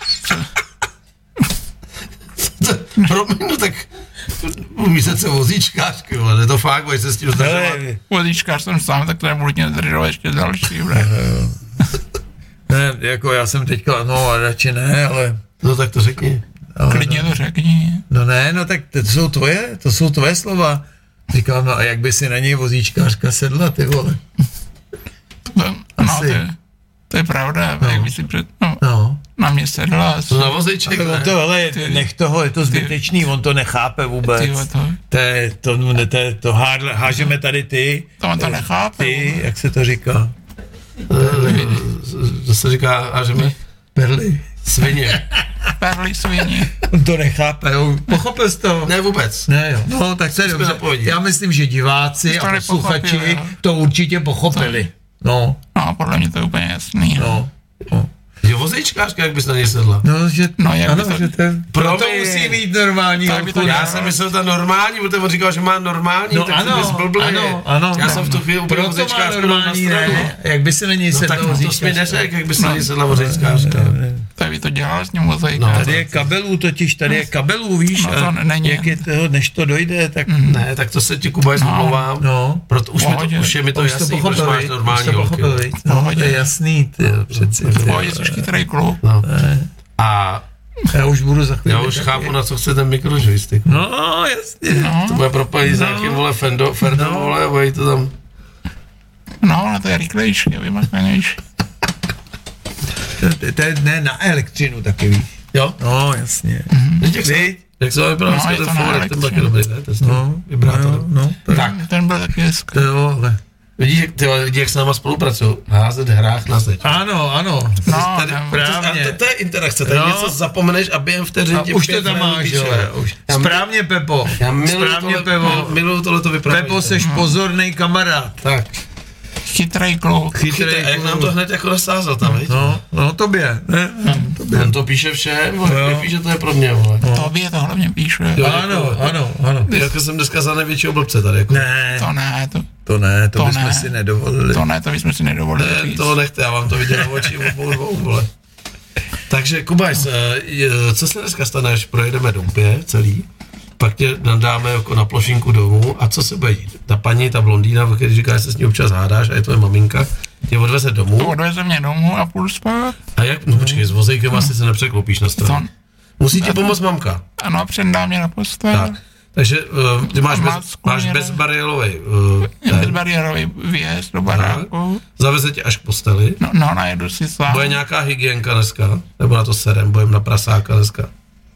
Promiň, no tak umí se co vozíčkářky, ale je to fakt, boj se s tím zdržovat. Vozíčkář jsem sám, tak to nebudu tě zdržovat ještě další, ne? Ne, jako já jsem teďka, no a radši ne, ale... No tak to řekni. Ale klidně to řekni. No ne, no tak to jsou tvoje, to jsou tvoje slova. Říkám, no a jak by si na něj vozíčkářka sedla, ty vole? To, no, to je, to je pravda, no. Jak by si před... No. no. Na mě sedla. To na vozíček, ne? To, ale ty, nech toho, je to zbytečný, ty, on to nechápe vůbec. Ty, to, to, je, to, to, to há, hážeme tady ty. To on to nechápe. Ty, vůbec. Jak se to říká? To se říká, hážeme perly. Svině. Perly svině. On to nechápe, pochopil jsi to? Ne vůbec. Ne jo, no tak se je dobře. Já myslím, že diváci a posluchači to určitě pochopili. No. No, podle mě to je úplně jasný. No. no. že vozejčkářka, jak bys na ně sedla? No, že, No, jak ano, by to- že ten, proto musí mít normální Tak by to holku. Já jsem myslel, ta normální, protože on říkal, že má normální, No tak ano, to bys blblej. ano, ano. Já no. jsem v tu chvíli úplně Proto má vozejčkářku normální, na stranu. ne? Jak by se na něj No sedla tak to jsi mi vozíčkářka? neřekl, jak bys na něj sedla vozejčkářka. Tak by to dělal s ním mozaik. No, Tady je kabelů totiž, tady je kabelů, víš, No to a není. jak je toho, než to dojde, tak... Ne, tak to se ti, Kuba, omlouvám. No, Proto už, mi to, Pohodě. už je mi to už to jasný, proč pochopil, máš viď? Už normální to holky. pochopil, viď? No, to Pohodě. je jasný, ty, jo, přeci. ty. Pojď, jsi chytrý kluk. No. A Já už budu za chvíli. já už taky. chápu, na co chce ten mikrojoystick. No, jasně. No, To bude propojit s No. nějakým, vole, Fendo, Ferdem, No. vole, bude to tam... no, ale to je rychlejší, je vymakanější. To, to je ne na elektřinu taky, víš. Jo? No, jasně. Víš, jak se, Viď? jak se vám vypadá No, dneska je ten to na Forek, ten taky elektřinu. dobrý, ne? Ten s tím No, vibrátorem. no, no, to, Tak, Ten byl taky hezký. to jo, ale... vidíš, jak, ty, lidi, jak s náma spolupracují. Házet hrách na zeď. Ano, ano. No, Tady, no, právě. a to, to je interakce, tady No. něco zapomeneš a během vteřin A tě už pět to tam frérů máš, píše. ale už. Já- Správně, Pepo. Já miluju Správně, tohle, Pepo. miluju tohleto vyprávění. Pepo, seš pozornej kamarád. Tak, Chytrý kluk. chytrý, a jak nám to hned jako rozsázel tam, viď? No, no, tobě, ne? Tobě. On to píše všem, vole, Jo. nepíše, to je pro mě, vole. Tobě to hlavně píše. Jo. Ano, ano, ano. Jako jsem dneska za největšího blbce tady, jako. Ne, To ne, to, to ne, to to bychom ne. si nedovolili. to ne, to bychom si nedovolili Ne, říct. to nechte, já vám to viděl na oči obou dvou, vole. Takže, Kubajs, eh, je- co se dneska stane, až projedeme Doupě celý, pak tě nadáme jako na plošinku domů a co se bude dít? Ta paní, ta blondýna, který říká, že se s ní občas hádáš a je tvoje maminka, tě odveze domů Odveze mě domů a půjdu spát. a jak, no počkej, s vozejkem asi se nepřeklopíš na To, stranu. Musí ti pomoct mamka. ano, předá mě na postel. Tak. Takže uh, ty máš, bez, Masku máš jenom. bezbariérový uh, Bezbariérový výjezd do baráku. zaveze tě až k posteli. No, no, najedu si sám. Bude nějaká hygienka dneska? Nebo na to serem, budem na prasáka dneska?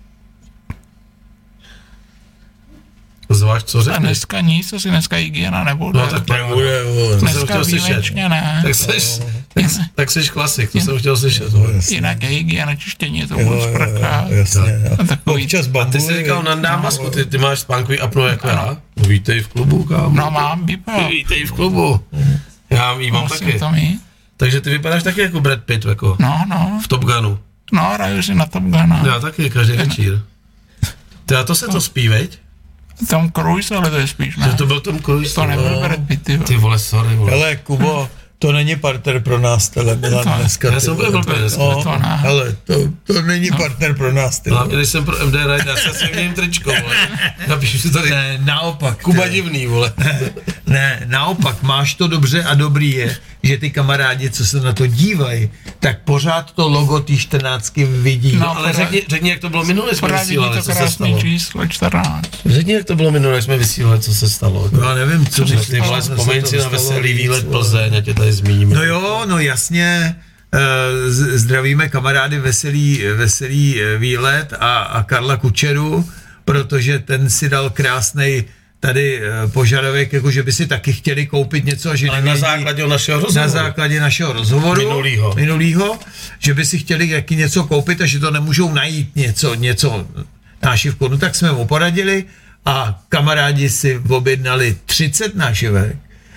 Zvlášť, co A řekneš? dneska nic, asi dneska hygiena nebude. No tak Nebude, vole. to jsem dneska chtěl slyšet. výjimečně ne. Tak seš, tak, tak seš klasik, to jsem chtěl slyšet. Jinak je hygiena, čištění, to Jo, moc jo, prká. jo, jasně, jo. A takový, Občas A bambuly. ty jsi říkal, nandám masku, ty, ty máš spánkový apno jako já. No, vítej v klubu, kámo. no mám bipa. Vítej v klubu. Já jí mám Musím taky. to mít. Takže ty vypadáš taky jako Brad Pitt, jako No, no, v Top Gunu. no, hraju si na Top Guna. Já taky, každý večír. Ty a to se to spí, veď? Tom Cruise, ale to je spíš Že ne. to byl Tom Cruise. To nebyl no. Brad Pitt, ty vole. Ty vole, sorry, vole. Hele, Kubo, to není partner pro nás, tele Milan To- dneska. Já ty jsem vole. byl blbý dneska. No, To ne. hele, to, to není partner pro nás, ty. Hlavně, když jsem pro M D Ride, já se asi měním tričko, vole. Napíšu si tady Ne, naopak. Kuba ty. divný, vole. Ne, naopak, máš to dobře a dobrý je, že ty kamarádi, co se na to dívají, tak pořád to logo té čtrnáctky vidí. No, Ale řekni, řekni, jak to bylo minule, jsme Poradí mi vysílali, to co se krásný stalo. číslo, čtrnáct. Řekni, jak to bylo minule, jak jsme vysílali, co se stalo. Já nevím, co Ty myslíš, vole, že se vzpomeň to si na stalo veselý víc, výlet vole. Plzeň, já tě tady zmíním. No jo, no jasně, eh, z- zdravíme kamarády veselý, veselý eh, výlet a, a Karla Kučeru, protože ten si dal krásnej tady eh, požadavek, jako že by si taky chtěli koupit něco, že Ale na nevědí- základě našeho rozhovoru. na základě našeho rozhovoru Minulýho. minulýho, že by si chtěli jaký něco koupit a že to nemůžou najít něco, něco nášivku. No tak jsme mu poradili a kamarádi si objednali třicet nášivek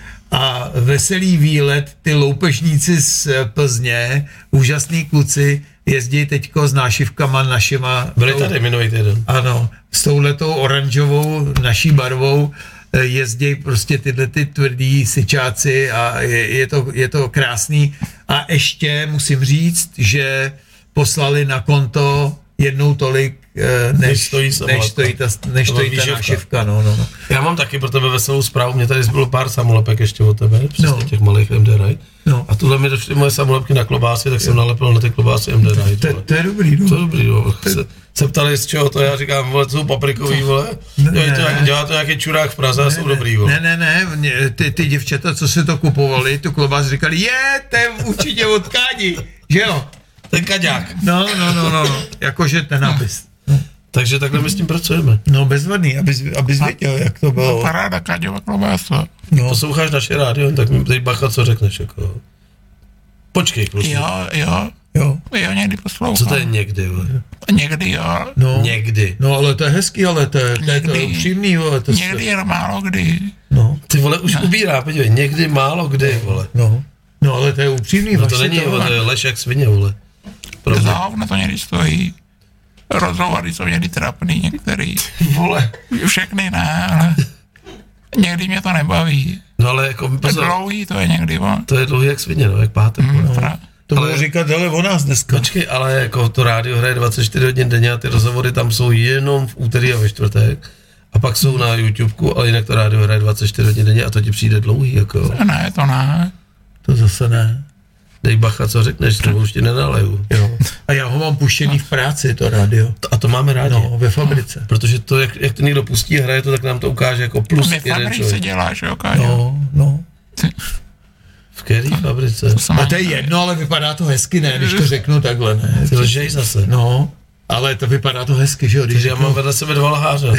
a veselý výlet, ty loupežníci z Plzně, úžasný kluci, jezdí teďko s nášivkama našima. Byli tady minulý týden. Ano, s touhletou oranžovou naší barvou eh, jezdí prostě tyhle ty tvrdý syčáci a je, je, to, je to krásný. A ještě musím říct, že poslali na konto jednou tolik, eh, než, Než stojí samolepka. než stojí ta, než To byla stojí ta výšivka. nášivka. No, no, no. Já mám taky pro tebe veselou zprávu, mě tady zbylo pár samolepek ještě od tebe, přesně No. těch malých M D Ride. No. A tuhle mi došly moje samolepky na klobásy, tak jsem nalepil na ty klobásy M D Ride. To, vole. to je dobrý, no. To je dobrý, jo. Se, se ptali, z čeho to je, já říkám, vole, to jsou paprikový, vole. Ne, Jo, je to, ne. jak, dělá to nějaký čurák v Praze a jsou dobrý, vole. Ne, ne, ne, mě- ty, ty děvčata, co si to kupovali, tu klobás říkali, je, to je určitě od Kádi, že jo? Ten kaďák. No, no, no, no, no. Jakože ten nápis. Takže takhle my s tím pracujeme. No bezvadný, abys, abys věděl, jak to bylo. Paráda, Káďova klobása. No, Posloucháš naše rádio, tak mi teď bacha, co řekneš, jako. Počkej, kluci. Jo, jo, jo, jo, někdy poslouchám. Co to je někdy, vole? Někdy jo, no. Někdy. No, ale to je hezký, ale to je, to je, to je Někdy. upřímný, ale to někdy je málo kdy. No, Ty vole, už ubírá, podívej, někdy málo kdy, vole. no, no, ale to je upřímný. No vaši to není, to, vole, to je lež jak svině, vole. Pro Za hovno to někdy stojí. Rozhovory jsou někdy trapný některý. Vole. Všechny ne, ale někdy mě to nebaví. No ale jako pozor, Dlouhý to je někdy, bo. to je dlouhý jak svině, no, jak pátek. Mm, no. pra- To Ale- bylo říkat, hele, o nás dneska. Počkej, ale jako to rádio hraje dvacet čtyři hodin denně a ty rozhovory tam jsou jenom v úterý a ve čtvrtek. A pak jsou na YouTubeku, ale jinak to rádio hraje dvacet čtyři hodin denně a to ti přijde dlouhý, jako. Ne, to ne. To zase ne. Dej bacha, co řekneš, to už ti nenaleju. Jo. A já ho mám puštěný v práci, to rádio. A to máme rádi. No, ve fabrice. Protože to, jak, jak to někdo pustí a hraje to, tak nám to ukáže jako plus Ve jeden fabrice člověk. děláš, jo, Káďo? No, no. V který fabrice? To jsem A to je ani jedno, ale vypadá to hezky, ne, když to řeknu takhle, ne. Ty lžej zase. No, ale to vypadá to hezky, že jo, když Takže já mám vedle sebe dva lháře.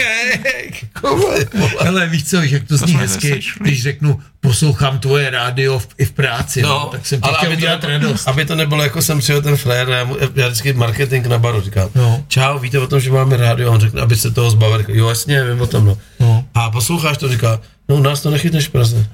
Hele, víš co, že to zní jsme hezky, sešli. když řeknu, poslouchám tvoje rádio v, i v práci, no, no, tak jsem ti chtěl aby to, udělat nebylo, radost. aby to nebylo jako jsem přijel ten flér, já, mu, já vždycky marketing na baru říkám, No. čau, víte o tom, že máme rádio, a on řekne, aby se toho zbavil, říkám, jo, jasně, vím o tom, no. No. A posloucháš to, říká, no u nás to nechytneš v Praze.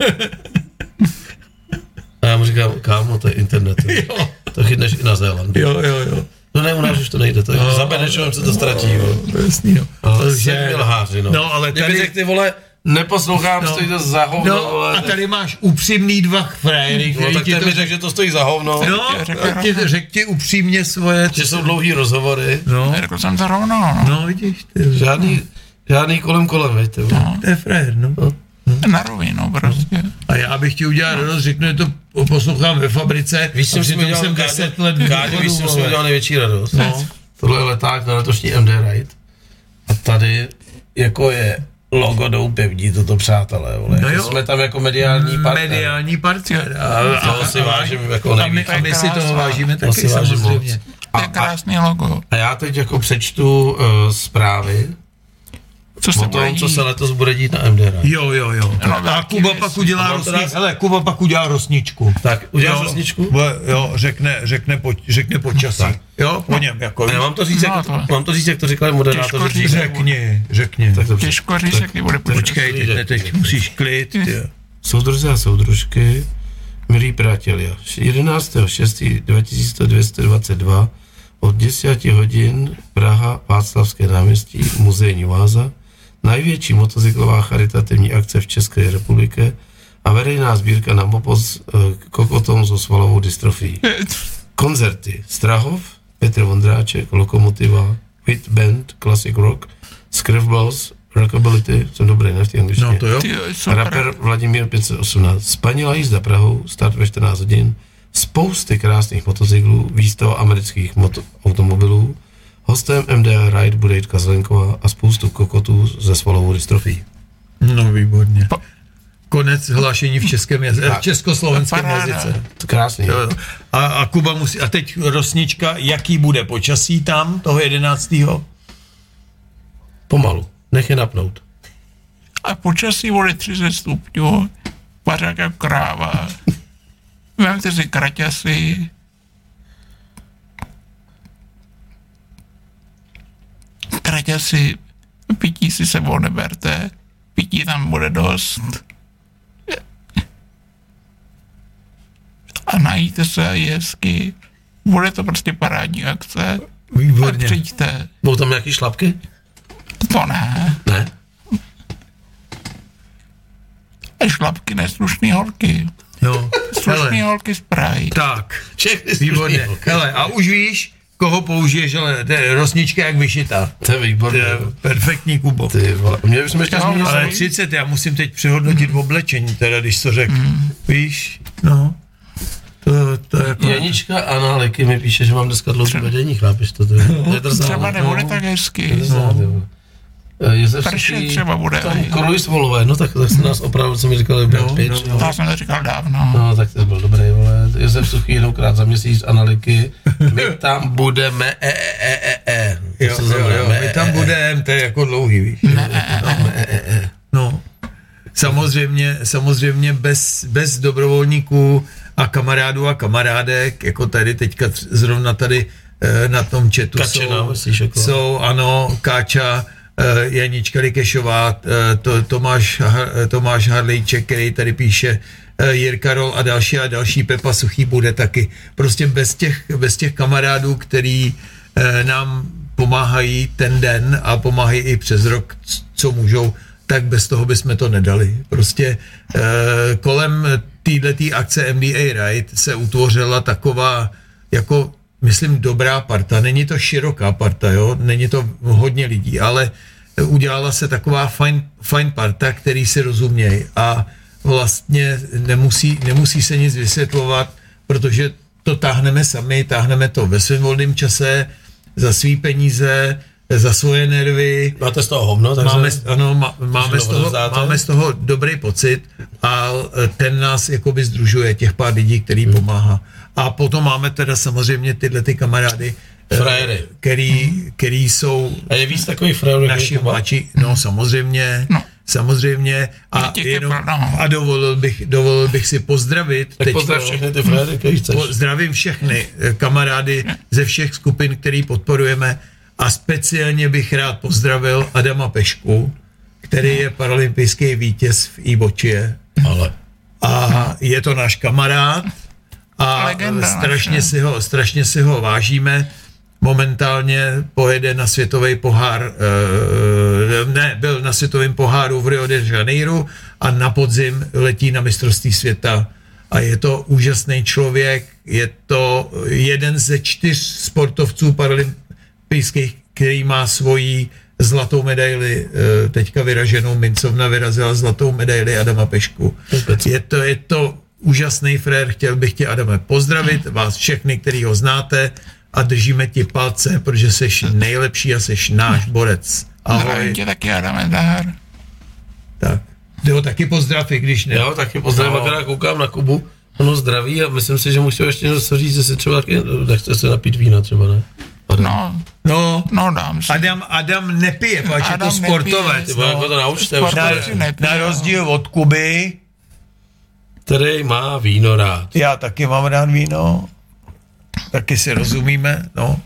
A já mu říkám, kámo, to je internet, Jo. to chytneš i na Zélandu. Jo, jo, jo. No ne, u nás už to nejde, to je, No. za Benešovem se to ztratí, no. To je jasný, no. Ale Takže- sedmi lháři, no. No, ale Kdyby tady- řekl, ty vole, neposlouchám, No. stojí to za hovno, No, vole. a tady máš upřímný dva frajery, No, který tak ti ten to mi řekl, řekl. že to stojí za hovno, No, a ti, řek ti upřímně svoje. že jsou dlouhý rozhovory. No, Řekl jsem to rovnou, no. no vidíš, ty. Žádný, žádný kolem kolem, veďte. No. To je frajer, no. Na rovinu prostě. A já bych ti udělal radost, řeknu, že to poslouchám ve fabrice, Víš, a jsem si přitom udělal, jsem Káďo- deset let Káďo, víš, jsem si udělal největší radost. No. Tohle je leták na letošní M D Ride. A tady jako je logo do pevní, toto přátelé, vole. No Jako jo. jsme tam jako mediální partner. Mediální partner. A, Toho si vážím jako a, my, nejvíc. a my si toho vážíme To taky si vážím samozřejmě. moc. To A, je a, krásný logo. a já teď jako přečtu uh, zprávy Co se o bude tom, co dít? se letos bude dít na M D Ride. Jo, jo, jo. No, A velký Kuba věci. pak udělá A mám to dát- rosničku. Hele, Kuba pak udělá rosničku. Tak, uděláš Jo, rosničku? bude- Jo, řekne, řekne, po, řekne počasí. Tak. Jo, po něm, jako. A já mám to říct, No, jak, to- mám to říct, jak to říkali Těžko moderátoři říct. dříve. Řekni, řekni. Tak dobře. Těžko říct, jaký bude počít. Počkej, teď, ne, teď musíš klid. Ty. Soudruzi a soudružky, milí priatelia, jedenáctého šestého dva tisíce dvě stě dvacet dva od desať hodin Praha, Václavské náměstí, muzejní váza, najvětší motocyklová charitativní akce v České republice a verejná sbírka na pomoc eh, kokotom so svalovou dystrofií. Koncerty Strahov, Petr Vondráček, Lokomotiva, Hit Band, Classic Rock, Screwballs, Rockability, jsem dobrý, ne, v té angličtině. No to jo. Ty jo, super. Rapper Vladimír pět set osmnáct. Spanilá jízda Prahou, start ve čtrnáct hodin, spousty krásných motocyklů, výstava amerických moto- automobilů, hostem M D R Ride bude Jitka Zelenková a spoustu kokotů ze svalovou dystrofií. No výborně. Po- Konec hlášení v českém jazyce, v československém Paráda. jazyce. To krásný. Jo, jo. A, a Kuba musí, a teď rosnička, jaký bude počasí tam, toho jedenáctého Pomalu. Nech je napnout. A počasí bude třicet stupňů, pařák jako kráva. Vemte si kraťasy. Kraťasy, pití si sebou neberte, pití tam bude dost. A najíte se a je hezky. Bude to prostě parádní akce. A Výborně. přijďte. Budou tam nějaký šlapky? To ne. Ne. A šlapky neslušný holky. No, Slušný hele, holky z Prahy. tak, Všechny výborně. slušný. Hele, a už víš, koho použiješ, ale to je rosnička jak vyšitá. To je To výborné. je perfektní, Kubo. Ty vole. Mě bychom ještě No, zmínili. Ale třicet, já musím teď přehodnotit oblečení, teda, když to řekl. Víš, no. To, to je jako... Janička Anna Leky mi píše, že mám dneska dlouhý vedení, chápeš to? To je, to je drzá, Třeba no. nebude tak hezky. Drzá, no. Josef Pršet Suchý, třeba bude, tam hej. koruj Svolové, no tak, tak se nás opravdu, co mi říkali, Brad Pitt, no, no, To jsem to říkal dávno. no, tak to byl dobrý, vole. Josef Suchý jednoukrát za měsíc analyky, my tam budeme, e, e, e, e, e. Jo, jo, jo, my tam budeme, to je jako dlouhý, víš. No, samozřejmě, samozřejmě bez, bez dobrovolníků a kamarádů a kamarádek, jako tady teďka tř- zrovna tady eh, na tom chatu Kačena, jsou, myslíš, jako? jsou, ano, Káča, eh, Janička Likešová, eh, to, Tomáš, Har- Tomáš Harlejček, který tady píše, Jirka Rol a další a další, Pepa Suchý bude taky. Prostě bez těch, bez těch kamarádů, který nám pomáhají ten den a pomáhají i přes rok, co můžou, tak bez toho bychom to nedali. Prostě kolem téhletý akce M D A Right se utvořila taková jako, myslím, dobrá parta. Není to široká parta, jo? Není to hodně lidí, ale udělala se taková fajn, fajn parta, který si rozumějí a vlastně nemusí, nemusí se nic vysvětlovat, protože to táhneme sami, táhneme to ve svém volném čase, za svý peníze, za svoje nervy. Máte z toho hovno? Takže máme, ano, má, máme, z toho, máme z toho dobrý pocit a ten nás jakoby združuje, těch pár lidí, který hmm. pomáhá. A potom máme teda samozřejmě tyhle ty kamarády, frajery, který, který jsou a je víc takových frajerů naši mladší, no samozřejmě, no. samozřejmě a, jenom, a dovolil, bych, dovolil bych si pozdravit. Tak pozdrav všechny ty frajery, který chceš. Zdravím všechny kamarády ze všech skupin, který podporujeme a speciálně bych rád pozdravil Adama Pešku, který je paralympijský vítěz v Ibočie. Ale. A je to náš kamarád a legenda, strašně, si ho, strašně si ho vážíme. Momentálně pojede na světový pohár, ne, byl na světovém poháru v Rio de Janeiro a na podzim letí na mistrovství světa. A je to úžasný člověk, je to jeden ze čtyř sportovců paralympijských, který má svoji zlatou medaili, teďka vyraženou, Mincovna vyrazila zlatou medaili Adama Pešku. Je to, je to úžasný frér, chtěl bych tě, Adame, pozdravit, vás všechny, který ho znáte a držíme ti palce, protože jsi nejlepší a jsi náš borec. Ahoj. Zdravím tě taky, Adame, Zahar. Tak. Ty ho taky pozdrav, i když ne. Jo, taky pozdravím, no. Akorát koukám na Kubu, ono zdraví a myslím si, že musí ještě něco říct, že si třeba taky nechce se napít vína třeba, ne? No, no, no dám si. Adam, Adam nepije, pač je to sportovec. Nepije, no. Jako to naučte. Na, na rozdíl od Kuby, který má víno rád. Já taky mám rád víno, taky si rozumíme, no.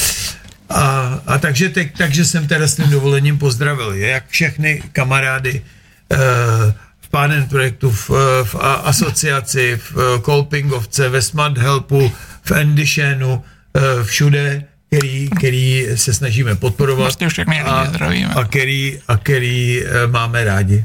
A, a takže, te, takže jsem teda s tím dovolením pozdravil, jak všechny kamarády uh, v Pánen projektu, v, v asociaci, v Kolpingovce, ve Smart Helpu, v Endišenu, uh, všude, který, který se snažíme podporovat a, a, který, a který uh, máme rádi.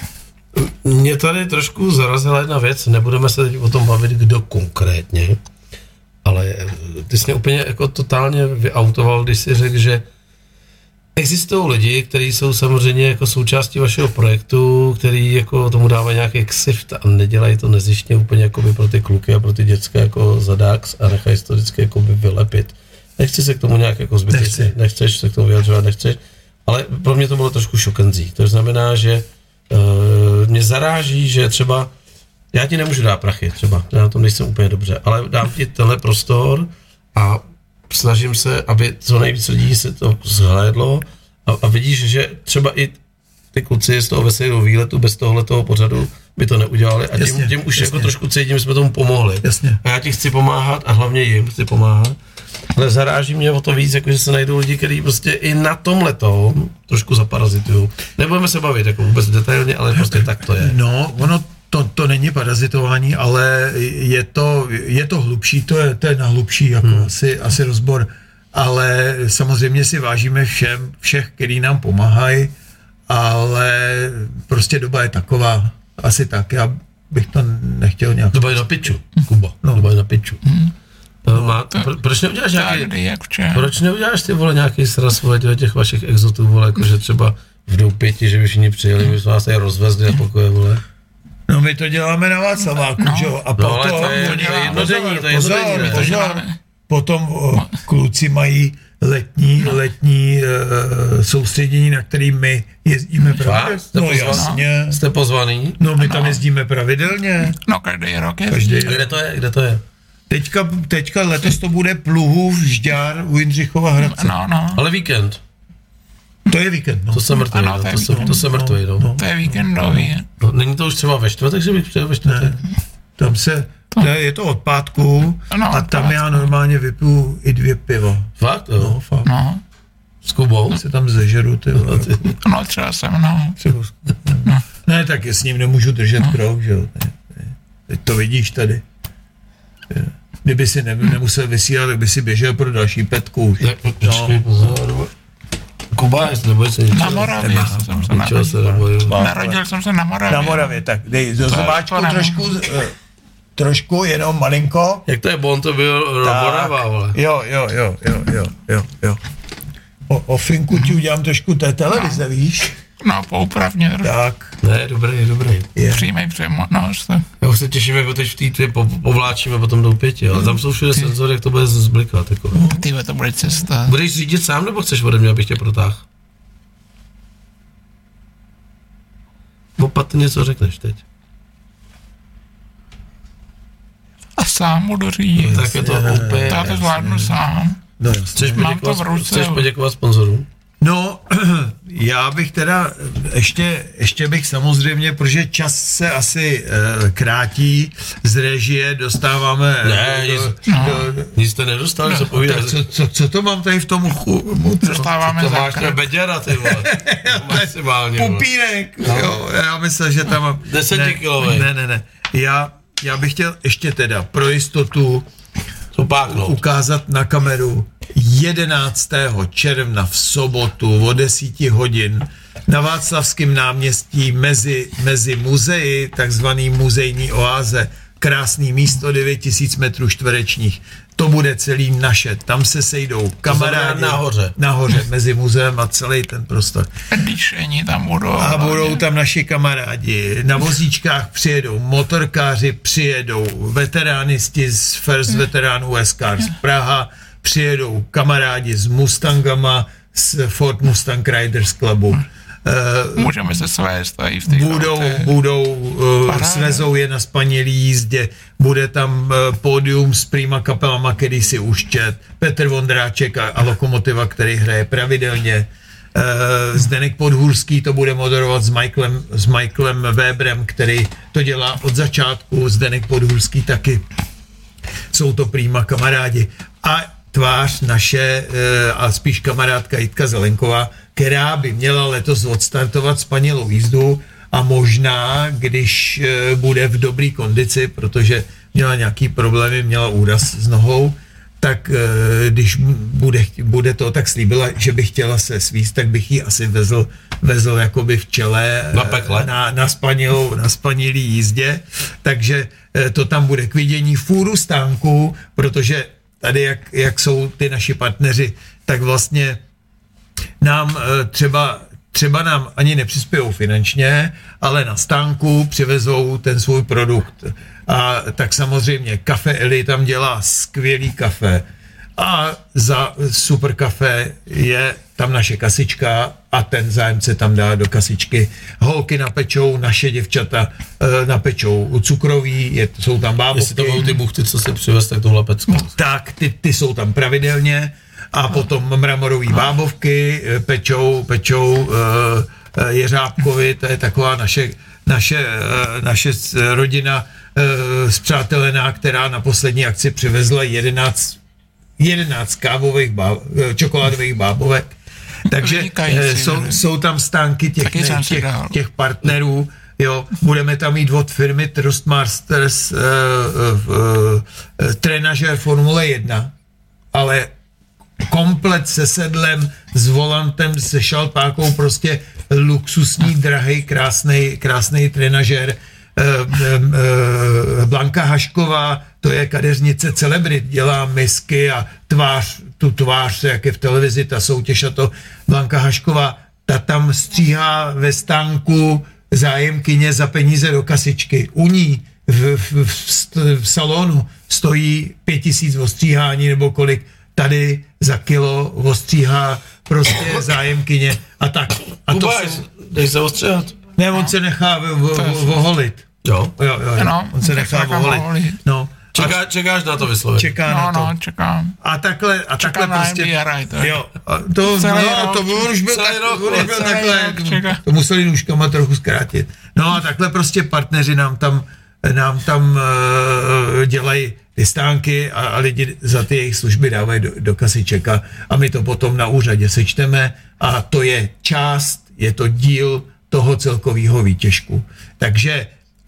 Mě tady trošku zarazila jedna věc, nebudeme se teď o tom bavit, kdo konkrétně, ale ty jsi mě úplně jako totálně vyautoval, když jsi řekl, že existují lidi, kteří jsou samozřejmě jako součástí vašeho projektu, který jako tomu dávají nějaký ksift a nedělají to nezištně úplně jako by pro ty kluky a pro ty dětské jako zadax a nechají to vždycky jako by vylepit. Nechci se k tomu nějak jako zbytečně, nechceš se k tomu vyjadřovat, nechceš, ale pro mě to bylo trošku šokenzí. To znamená, že uh, mě zaráží, že třeba já ti nemůžu dát prachy třeba, já na tom nejsem úplně dobře, ale dám ti tenhle prostor a snažím se, aby co nejvíc lidí se to zhlédlo a, a vidíš, že třeba i ty kluci z toho veselého výletu bez tohletoho pořadu by to neudělali a tím, tím už jasně. Jako trošku cítím, že jsme tomu pomohli. Jasně. A já ti chci pomáhat a hlavně jim chci pomáhat, ale zaráží mě o to víc, jako že se najdou lidi, kteří prostě i na tomhletom trošku zaparazitují. Nebudeme se bavit jako vůbec detailně, ale prostě tak to je. No, ono To, to není parazitování, ale je to, je to hlubší, to je, to je na hlubší jako hmm. asi, asi rozbor, ale samozřejmě si vážíme všem, všech, který nám pomáhají, ale prostě doba je taková, asi tak, já bych to nechtěl nějak... Doba je na piču, Kuba, no. Doba je na piču. Hmm. No, má, pro, proč neuděláš nějaký, proč neuděláš ty vole nějaký sraz vole do těch vašich exotů, vole, jakože třeba v Doupěti, že by všichni přijeli, my jsme vás tady rozvezli a pokoje, vole. No my to děláme na Václaváku, no. Že? A no, potom, ale to je, to je jednodenní, to je pozor, jednodenní, pozor, potom o, kluci mají letní, no. letní uh, soustředění, na který my jezdíme pravidelně. No jasně. Jste pozvaný? No my tam jezdíme pravidelně. No každý rok je. Každý rok. Kde to je? Kde to je? Teďka, teďka letos to bude Pluhův Žďár u Jindřichova Hradce. No, no. Ale víkend. To je víkend, no. To se mrtvý, ano, no. To, se, to se mrtvý, no. no. To je víkendový. No, není to už třeba ve čtvrtek, že bych přijel ve čtvrtek? Tam se, to je to od pátku no, a tam já normálně vypiju i dvě piva. Fakt, jo? No, fakt. No. S Kubou? Se tam zežeru, ty vole. No, třeba jsem, no. No. Ne, tak s ním nemůžu držet no. krok, že jo. teď to vidíš tady. Kdyby si ne, nemusel vysílat, tak by si běžel pro další petku už. Ne, počkej, pozor. Kuba, jestli neboj se Na Moravě jsem se narodil. se nebojil. Narodil jsem se na Moravě. Na Moravě, tak dej do zobáčku trošku, trošku, jenom malinko. Jak to je, Bon to byl Morava, vole. Jo, jo, jo, jo, jo, jo, jo. O, o finku ti udělám trošku té televize, víš? No, poupravně. Tak. Ne, dobrý, dobrý. Je. Přijmej přemožnost. Já už se těším, jako teď v té tvě povláčíme, potom jdou pěti, ale tam jsou všude senzory, jak to bude zblikat, jako. Tyhle, to bude cesta. Budeš řídit sám, nebo chceš ode mě, abych tě protáhl? Opat něco řekneš teď. A sám budu řídit. Tak je to úplně... Já to zvládnu sám. No, Chceš Mám to v poděkovat, ruce. chceš poděkovat sponzorům? No, já bych teda ještě, ještě bych samozřejmě, protože čas se asi uh, krátí, z režie dostáváme... Ne, do, nic, no. do, nic jste nedostali, co povídat. tak co, co, co to mám tady v tom uchu? Dostáváme To máš zákrok. ten beděra, ty vole. Maximálně, vole. Pupínek, No. jo, já myslel, že tam mám... Desetikilovej. Ne, ne, ne, já, já bych chtěl ještě teda pro jistotu Zopáknout. ukázat na kameru jedenáctého června v sobotu od deseti hodin na Václavském náměstí mezi, mezi muzeji, takzvaný muzejní oáze, krásný místo, devět tisíc metrů čtverečních. To bude celý naše. Tam se sejdou kamarádi. nahoře. Nahoře, mezi muzeem a celý ten prostor. Líšení tam budou. A budou tam naši kamarádi. Na vozíčkách přijedou motorkáři, přijedou veteránisti z First Veteran U S Cars Praha, přijedou kamarádi s Mustangama, z Ford Mustang Riders Clubu. Uh, Můžeme se svést tady v té budou, autě. budou uh, svezou je na spanilý jízdě, bude tam uh, pódium s prýma kapelama, který si už čet, Petr Vondráček a, a Lokomotiva, který hraje pravidelně. Uh, Zdeněk Podhůrský to bude moderovat s Michaelem, s Michaelem Weberem, který to dělá od začátku, Zdeněk Podhůrský taky. Jsou to prýma kamarádi. A tvář naše, a spíš kamarádka Jitka Zelenková, která by měla letos odstartovat spanilou jízdu a možná, když bude v dobré kondici, protože měla nějaký problémy, měla úraz s nohou, tak když bude, bude to, tak slíbila, že by chtěla se svíst, tak bych ji asi vezl, vezl jakoby v čele na, pekle. na, na, spanilou, na spanilý jízdě, takže to tam bude k vidění, fůru stánků, protože tady, jak, jak jsou ty naši partneři, tak vlastně nám třeba, třeba nám ani nepřispějou finančně, ale na stánku přivezou ten svůj produkt. A tak samozřejmě Kafe Eli tam dělá skvělý kafe a za super kafe je tam naše kasička a ten zájemce tam dá do kasičky. Holky napečou, naše děvčata napečou cukroví, je, jsou tam bábovky. Jestli to budou ty buchty, co se přivez, tak tohle peckou. Tak, ty, ty jsou tam pravidelně a potom mramorový bábovky pečou, pečou uh, jeřábkovi, to je taková naše, naše, uh, naše rodina uh, spřátelená, která na poslední akci přivezla jedenáct, jedenáct kávových báb, čokoládových bábovek. Takže uh, jsou, jsou tam stánky těch, ne, těch, těch partnerů. Jo, budeme tam mít od firmy Trustmasters uh, uh, uh, trenažer Formule jedna, ale komplet se sedlem, s volantem, se šalpákou, prostě luxusní, drahej, krásnej, krásnej trenažer. Uh, uh, uh, Blanka Hašková, to je kadeřnice celebrit, dělá misky a tvář, tu tvář, jak je v televizi, ta soutěž a to. Blanka Hašková, ta tam stříhá ve stánku zájemkyně za peníze do kasičky. U ní v, v, v, v salonu stojí pět tisíc ostříhání nebo kolik, tady za kilo ostříhá prostě zájemkyně a tak. A to jsou... Dej se ostříhat. Ne, on se nechá oholit. Jo. Jo, jo, jo. No, on se nechá oholit. No. Čeká, čekáš na to vyslovit. Čeká no, na to. No, čekám. A takhle, a čekám takhle prostě... Čekám na jo, a to, celý no, rok, to už byl, tak, rok, už byl takhle, rok, to museli nůžkama trochu zkrátit. No a takhle prostě partneři nám tam, nám tam uh, dělají ty stánky a, a lidi za ty jejich služby dávají do, do kasiček a, a my to potom na úřadě sečteme a to je část, je to díl toho celkového výtěžku. Takže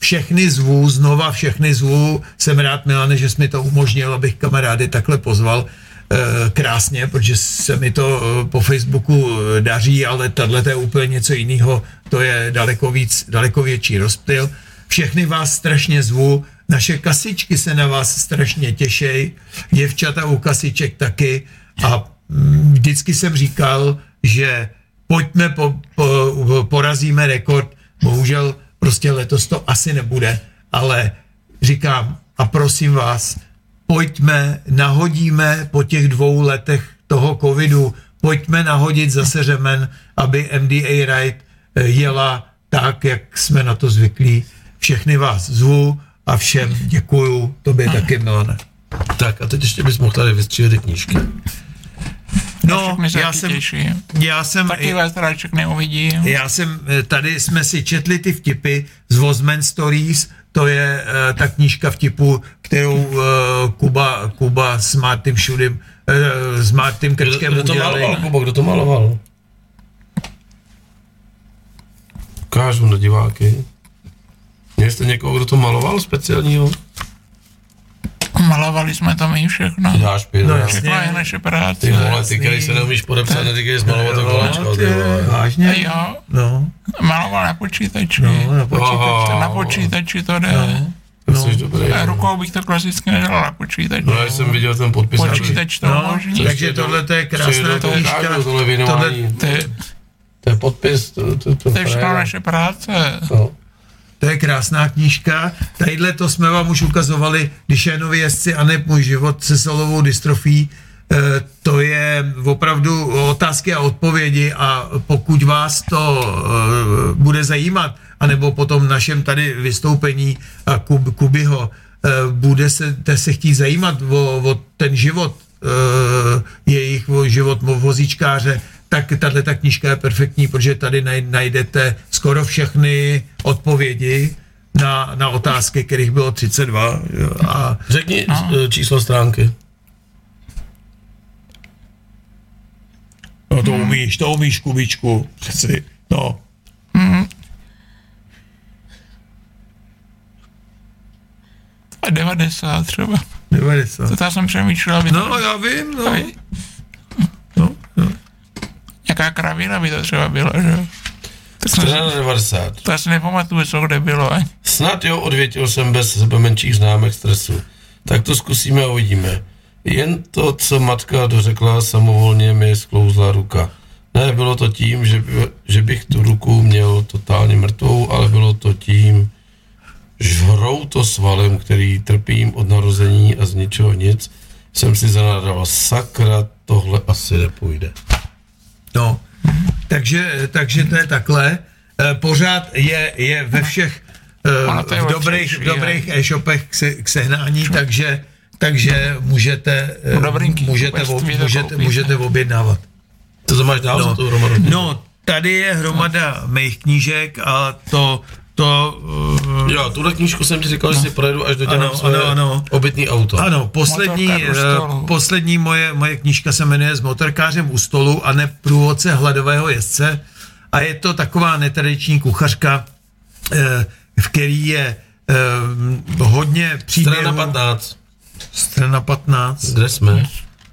všechny zvu, znova všechny zvu. Jsem rád, Milane, že jsi mi to umožnil, abych kamarády takhle pozval krásně, protože se mi to po Facebooku daří, ale tahle to je úplně něco jiného, to je daleko víc, daleko větší rozptyl. Všechny vás strašně zvu, naše kasičky se na vás strašně těšej, děvčata u kasiček taky a vždycky jsem říkal, že pojďme, po, po, porazíme rekord, bohužel prostě letos to asi nebude, ale říkám a prosím vás, pojďme, nahodíme po těch dvou letech toho covidu, pojďme nahodit zase řemen, aby M D A Ride jela tak, jak jsme na to zvyklí. Všechny vás zvu a všem děkuju, tobě taky, Milane. Tak a teď ještě bys mohl tady vystřílet knížky. No, já jsem, já jsem, taky vás teda neuvidím. Já jsem, tady jsme si četli ty vtipy z Wozman Stories, to je uh, ta knížka vtipu, kterou uh, Kuba, Kuba s Martym Šudym, uh, s Martym Krčkem kdo, kdo to udělali. maloval, Kuba, kdo to maloval? Ukážu na diváky. Měli jste někoho, kdo to maloval speciálního? Malovali jsme tam i všechno. Dáš pět, no, všechno je naše práce. Ty vole, ty, který se neumíš podepsat, neříkej zmalovat to kolečko, ty vole. Vážně? Jo, no. maloval na počítači. No, na počítači. Na počítači to jde. No. No. Dobrý, a rukou bych to klasicky nedělal na počítači. No, já jsem viděl ten podpis. Počítač to no, umožní. takže tohle to je krásná to knížka. Tohle věnování. To je, to je podpis. To, to, to, to je všechno naše práce. No. To je krásná knížka. Tadyhle to jsme vám už ukazovali, Duchennovi jezdci a neb můj život se solovou dystrofí. E, to je opravdu otázky a odpovědi a pokud vás to e, bude zajímat, anebo po tom našem tady vystoupení a Kub, Kubyho e, bude se, se chtít zajímat o, o ten život, e, jejich o život vozíčkáře, tak tato knížka je perfektní, protože tady najdete skoro všechny odpovědi na, na otázky, kterých bylo třicet dva. A řekni no. číslo stránky. No to umíš, to umíš, Kubičku. Přeci, no. Mm. A devadesát třeba. devadesát. To já jsem přemýšlel. No, já vím, no. no, no. Jaká kravina by to třeba byla, že? Strana devadesát. To asi nepamatuju, co kde bylo. Ani. Snad jo, odvětil jsem bez sebe menších známek stresu. Tak to zkusíme a uvidíme. Jen to, co matka dořekla, samovolně mi sklouzla ruka. Ne, bylo to tím, že, by, že bych tu ruku měl totálně mrtvou, ale bylo to tím žhrouto svalem, který trpím od narození a z ničeho nic. Jsem si zanadával, sakra, tohle asi nepůjde. No, takže, takže to je takhle. E, pořád je, je ve všech e, v dobrých, v dobrých e-shopech k, se, k sehnání, takže, takže můžete, můžete, můžete, můžete objednávat. To to máš dál no, za tu hromadu? No, tady je hromada mých knížek a to to... Uh, jo, tuhle knížku jsem ti říkal, no. že si projedu, až dodělám ano, své ano, ano. obytný auto. Ano, poslední, uh, poslední moje, moje knížka se jmenuje S motorkářem u stolu a ne průvodce hladového jezdce a je to taková netradiční kuchařka, uh, v který je uh, hodně příběhů. Strana patnáct. Strana patnáct. Kde jsme?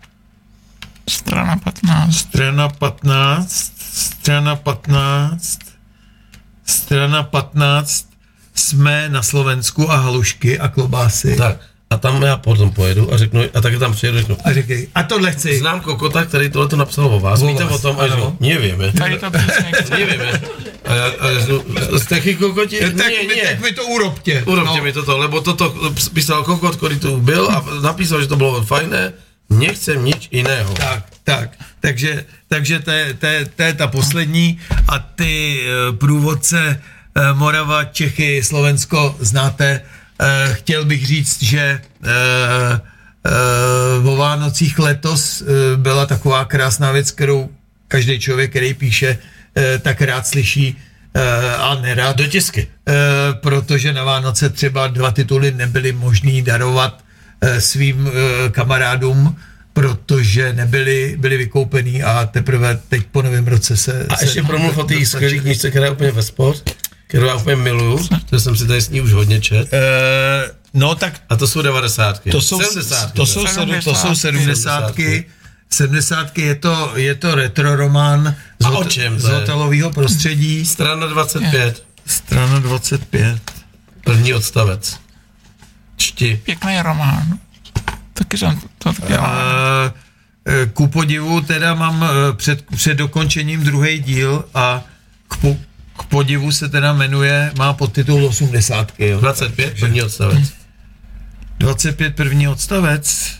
Strana patnáct. Strana patnáct. Strana patnáct. Strana patnáct. Jsme na Slovensku a halušky a klobásy. Tak. A tam já potom pojedu a řeknu, a taky tam přijedu, řeknu. A řekej, a tohle chci. Znám kokota, který tohle napsal o vás. Víte o tom, až no. Nevíme. Tady to přesně. Nevíme. A já, a já jste taky kokoti? Tak, ne, mi, ne. tak mi to urobtě. Urobtě no. mi toto, lebo toto písal kokot, který tu byl a napísal, že to bylo fajné. Nechcem nič jiného. Tak, tak. Takže, takže to, je, to, je, to je ta poslední a ty uh, průvodce uh, Morava, Čechy, Slovensko znáte. Uh, chtěl bych říct, že uh, uh, o Vánocích letos uh, byla taková krásná věc, kterou každý člověk, který píše, uh, tak rád slyší uh, a nerad. Do tisky. Uh, protože na Vánoce třeba dva tituly nebyly možný darovat uh, svým uh, kamarádům, protože nebyly byly vykoupený a teprve teď po novém roce se... A se ještě promluv o té skvělé knížce, která je úplně ve spod. kterou já úplně miluju, to jsem si tady s ní už hodně čet. E, no tak... A to jsou devadesátky. To jsou sedmdesátky. To jsou, sedm, to jsou sedmdesátky. sedmdesátky je to, je to retro román z, o čem z hotelového prostředí. Strana dvacet pět. Strana dvacet pět. První odstavec. Čti. Pěkný román. Taky jsem to taky uh, Ku podivu teda mám před, před dokončením druhý díl a k, po, k podivu se teda jmenuje, má podtitul osmdesátky. Jo. dvacet pět, první odstavec. dvacet pět, první odstavec.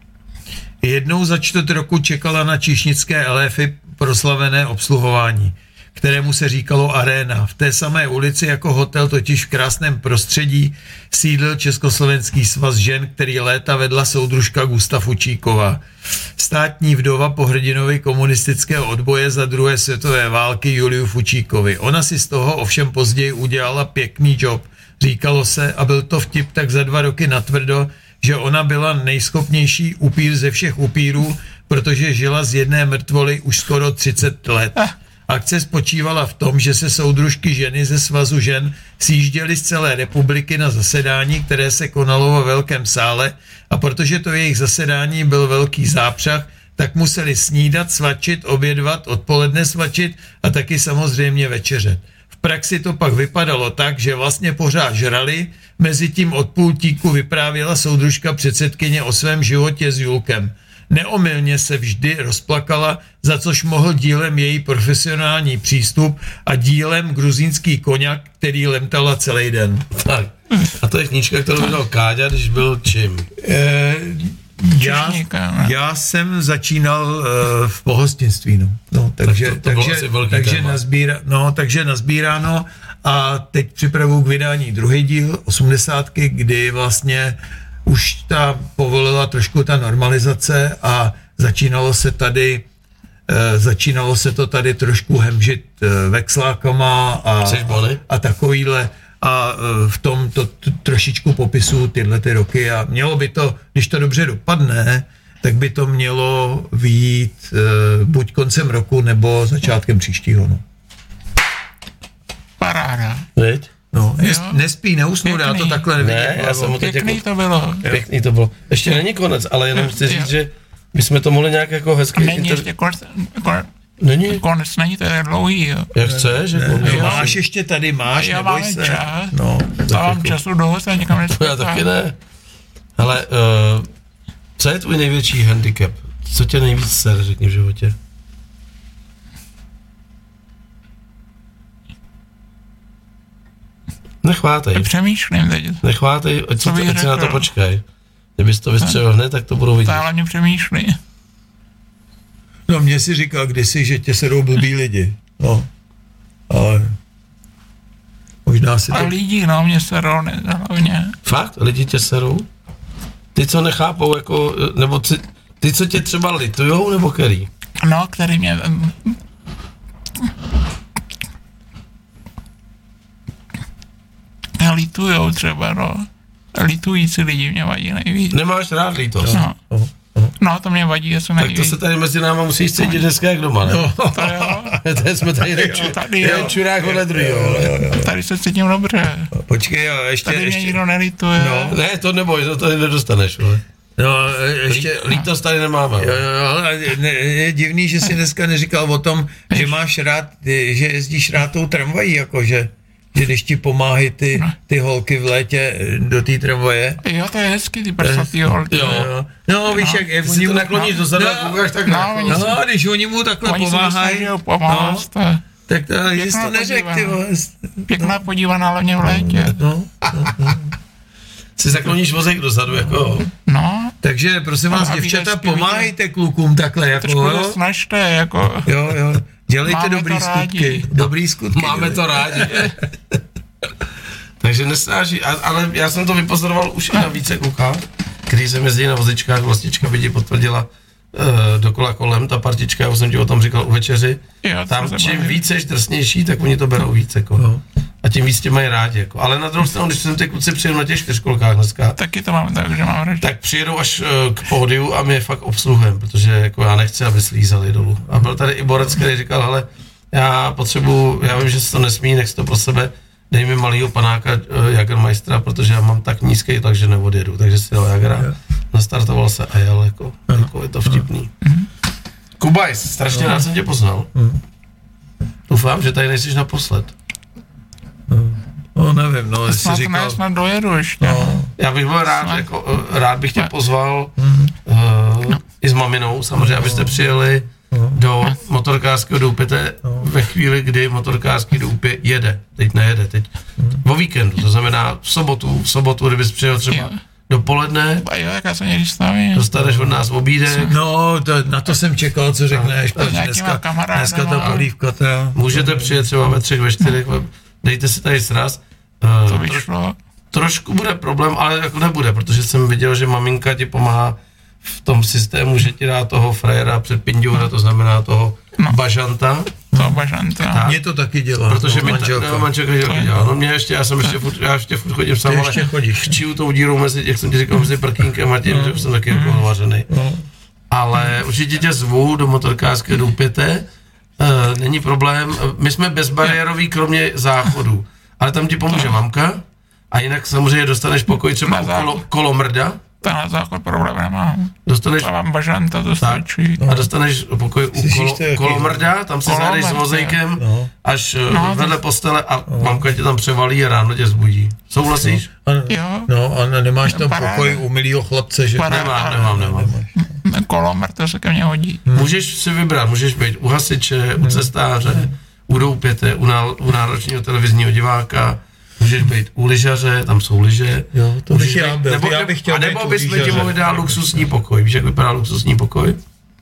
Jednou za čtvrt roku čekala na číšnické eléfy proslavené obsluhování, kterému se říkalo Aréna. V té samé ulici jako hotel, totiž v krásném prostředí, sídlil Československý svaz žen, který léta vedla soudružka Gusta Fučíková. Státní vdova po hrdinovi komunistického odboje za druhé světové války Juliu Fučíkovi. Ona si z toho ovšem později udělala pěkný job. Říkalo se, a byl to vtip tak za dva roky natvrdo, že ona byla nejschopnější upír ze všech upírů, protože žila z jedné mrtvoly už skoro třicet let. Akce spočívala v tom, že se soudružky ženy ze svazu žen sjížděly z celé republiky na zasedání, které se konalo ve velkém sále, a protože to jejich zasedání byl velký zápřah, tak museli snídat, svačit, obědvat, odpoledne svačit a taky samozřejmě večeřet. V praxi to pak vypadalo tak, že vlastně pořád žrali, mezi tím od pultíku vyprávěla soudružka předsedkyně o svém životě s Julkem. Neomylně se vždy rozplakala, za což mohl dílem její profesionální přístup a dílem gruzínský koněk, který lemtala celý den. Tak. A to je knížka, kterou vydal Káďa, když byl čím? E, já, já jsem začínal uh, v pohostinství, no. no takže tak to, to takže, takže, nazbíra, no, takže nazbíráno a teď připravuju k vydání druhý díl, osmdesátky, kdy vlastně už ta povolila trošku ta normalizace a začínalo se tady e, začínalo se to tady trošku hemžit e, vexlákama a, a takovýhle a e, v tom to t, trošičku popisu tyhle ty roky a mělo by to, když to dobře dopadne, tak by to mělo vyjít e, buď koncem roku nebo začátkem příštího. No. Paráda. Veď? No, nes, nespí, neusnu, já to takhle nevidím. Ne, já jsem Pěkný jako, to bylo. Pěkný to bylo. Ještě není konec, ale jenom chci říct, že my jsme to mohli nějak jako hezky... Není inter... ještě konec, konec, není? konec, není to je dlouhý, jo. Jak chceš? Ne, ne, jo, máš ještě tady, máš, já neboj mám se. Čas, no, já mám času dost a nikam nespěchám. Já taky ne. Hele, uh, co je tvůj největší handicap? Co tě nejvíc ser, řekni v životě? Nechvátej. Přemýšlím teď. Nechvátej, ať, si, ať si na to počkej. Kdybys to vystřelil hned, tak to budou vidět. Stále mě přemýšlí. No mě si říkal kdysi, že tě serou blbý lidi. No, ale možná si to... A lidi, no, mě serou hlavně. Fakt? Lidi tě serou? Ty, co nechápou, jako, nebo ty, ty co tě třeba litujou, nebo který? No, který mě... litujou třeba, no. Litující lidi mě vadí nejvíc. Nemáš rád lítost? No. No, to mě vadí, že jsem nejvíc. Tak to se tady mezi náma musíš cítit dneska jak doma, ne? No, to jo. Tady jsme tady jeden čurák vedle druhýho. Tady se cítím dobře. Počkej, jo, ještě... Tady ještě. mě nikdo nelituje. No. Ne, to neboj, to tady nedostaneš, vole. No, ještě... Lítost tady nemáme. Jo, jo, ale je divný, že jsi dneska neříkal o tom, že máš rád, že jezdíš rád tou tramvají, jakože... Že když ti pomáhají ty, ty holky v létě do té tramvaje. Jo, to je hezky, ty prsatý holky. Jo, jo. No, víš, jak je... Ty si to nakloníš do zadu a koukáš takhle. No, no, no, když oni mu takhle oni pomáhají, no, tak to jsi to neřek, ty vole. Pěkná no. podívaná hlavně v létě. No, no, no. Si zakloníš vozek dozadu, jako... No. Takže, prosím vás, děvčata, pomáhejte klukům takhle, jako... Trošku to snažte, jako... Jo, jo. Dělejte Máme dobrý skutky. Dobrý skutky. Máme to rádi. Takže nesnáží, ale já jsem to vypozoroval už i na více klukách, který se jezdí na vozičkách, vlastička by ti potvrdila uh, dokola kolem, ta partička, já už jsem ti o tom říkal u večeři, jo, tam čím víc seš drsnější, tak oni to berou víc, jako. No. A tím víc tě mají rádi, jako. Ale na druhou stranu, když jsem ty kluci přijedou na těch čtyřkolkách dneska, taky to mám tak, že mám rádi. Tak přijedou až uh, k pódiu a my je fakt obsluhujeme, protože jako já nechci, aby slízali dolů. A byl tady i borec, který říkal, hele, já potřebuji, já vím, že se to nesmí, nech to pro sebe, dej mi malýho panáka Jagermeistera, protože já mám tak nízký tlak, že neodjedu, takže si dal Jagera, nastartoval se a jel, jako, jako je to vtipný. Kubajs, strašně rád jsem tě poznal. Doufám, že tady nejsiš naposled. No nevím, no, jestli Snad říkal... ne, snad dojedu ještě. No. Já bych byl rád, Snad. jako, rád bych tě pozval Mhm. uh, i s maminou, samozřejmě, abyste přijeli do motorkářského doupěte ve chvíli, kdy motorkářský doupě jede. Teď nejede, teď o víkendu, to znamená v sobotu, v sobotu, kdybys přijel třeba Jo. dopoledne, A jo, jak já se někdy stavím. dostaneš od nás obídek, No, to, na to jsem čekal, co řekneš, protože nějakýma dneska, kamarádama. dneska ta polívka, teda... můžete přijet třeba ve třech, ve čtyřech, dejte si tady sraz. To Uh, by tro, šlo. trošku bude problém, ale jako nebude, protože jsem viděl, že maminka ti pomáhá v tom systému, že ti dá toho frajera před pinďoura, to znamená toho No. bažanta, To bažanta. Tak. Mě to taky dělá, protože no, mi manželka. ta, no, manželka To taky je- dělá. No mě ještě, já jsem ještě furt, já ještě furt chodím sám, Ty ale ještě chodíš. chčiju tou dírou mezi, jak jsem ti říkal, mezi prkínkem a tím, že už jsem taky jako navařený. No. Ale určitě tě zvu do motorkářské doupěte, uh, není problém, my jsme bezbariéroví, kromě záchodu, ale tam ti pomůže mamka a jinak samozřejmě dostaneš pokoj třeba u kolo, kolomrda, Tenhle základ problém nemám. dostaneš Já mám bažanta, to stačí. a dostaneš pokoj u Slyšíš kolo, to, jaký- kolomrda, tam se zajedeš s Kolomrd, vozejkem no. až No, no, vedle to- postele a mamka tě tam převalí a ráno tě zbudí. Souhlasíš? A, Jo. no a ne- nemáš tam Paráda. pokoj u milýho chlapce, že... Paráda. Nemám, nemám, nemám. Kolomr, to se ke mně hodí. Můžeš si vybrat, můžeš být u hasiče, u cestáře, u doupěte, u, ná, u náročního televizního diváka, můžeš být u lyžaře, tam jsou lyže. Jo, to Můžeš bych já byl, nebo, já bych chtěl a nebo být u bychom ti lyžaře. mohli dát luxusní pokoj. Víš, jak vypadá luxusní pokoj?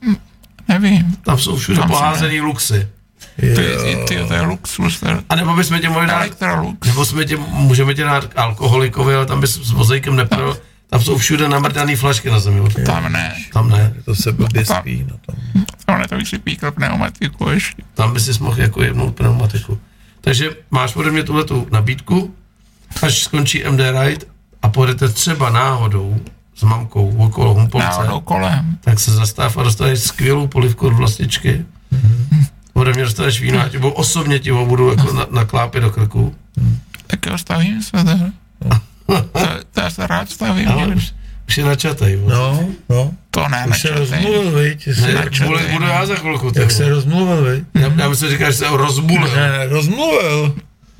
Nevím. Tam jsou všude Tam se poházený luxy. Ty, ty, ty, to je luxus, to je A nebo bychom tě mohli dát, Electrolux. nebo jsme tě, můžeme tě dát alkoholikovi, ale tam bys s vozejkem nepil. Tam jsou všude namrdaný flašky na zemi. Tam ne. Tam ne. To se blbě spí na tom. Tam ne, to bych si píkl pneumatiku ještě. Tam by si mohl jako jebnout pneumatiku. Takže máš ode mě tuhletu nabídku, až skončí M D Ride a pojedete třeba náhodou s mamkou okolo Humpolce, Náhodou kolem. tak se zastav a dostaneš skvělou polivku od vlastičky. Ode mě dostaneš víno, já ti budu, osobně ti ho budu jako na, naklápit do krku. Tak jo, stavím se teda. To, to já se rád stavím. Ale někdy. už, už je načatej. vole. No, no. To ne, Už se načatej. rozmluvil, viď? Ne, Se, tak budu, budu já za chvilku. ty jak vole. se rozmluvil, viď? Já, já myslím, že říkáš, že se ho rozbulil. Ne, rozmluvil.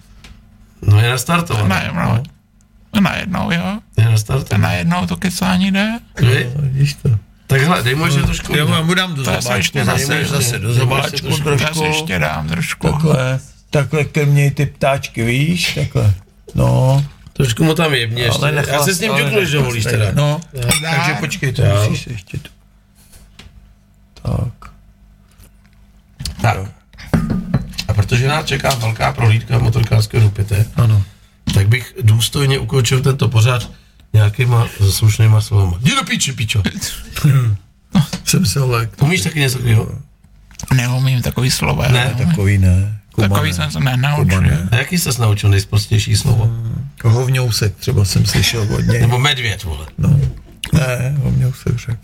No je nastartovat. Najednou. Najednou, jo. Je A nastartovat. najednou to kecání jde. Vy? No, vidíš to. Takhle, dej mu ještě trošku. Já mu- mu dám do To já se zabáčku, ještě zase, dám, zase ještě- do ještě zabáčku trošku. Já si trošku. ještě dám trošku. Takhle, takhle ke mně ty ptáčky, víš, takhle. No, Trošku mu tam jebni ještě. ale Já se s ním ale ťuknu, když dovolíš teda. No, Dá. takže počkej, to Jo. musíš ještě tu. Tak. Tak. A protože nás čeká velká prohlídka motorkářského doupěte, Ano. tak bych důstojně ukončil tento pořad nějakýma slušnýma slovama. Jdi do píči, pičo. Jsem se lek. Umíš taky něco takového? Neumím takový slova. Ne, jo. Takový ne. Kuba Takový ne. jsem se Kuba nenaučil. ne. A jaký jsi naučil nejsprostější slovo? Hovňousek třeba jsem slyšel od něj. Nebo medvěd, vole. No. Ne, hovňousek řekl.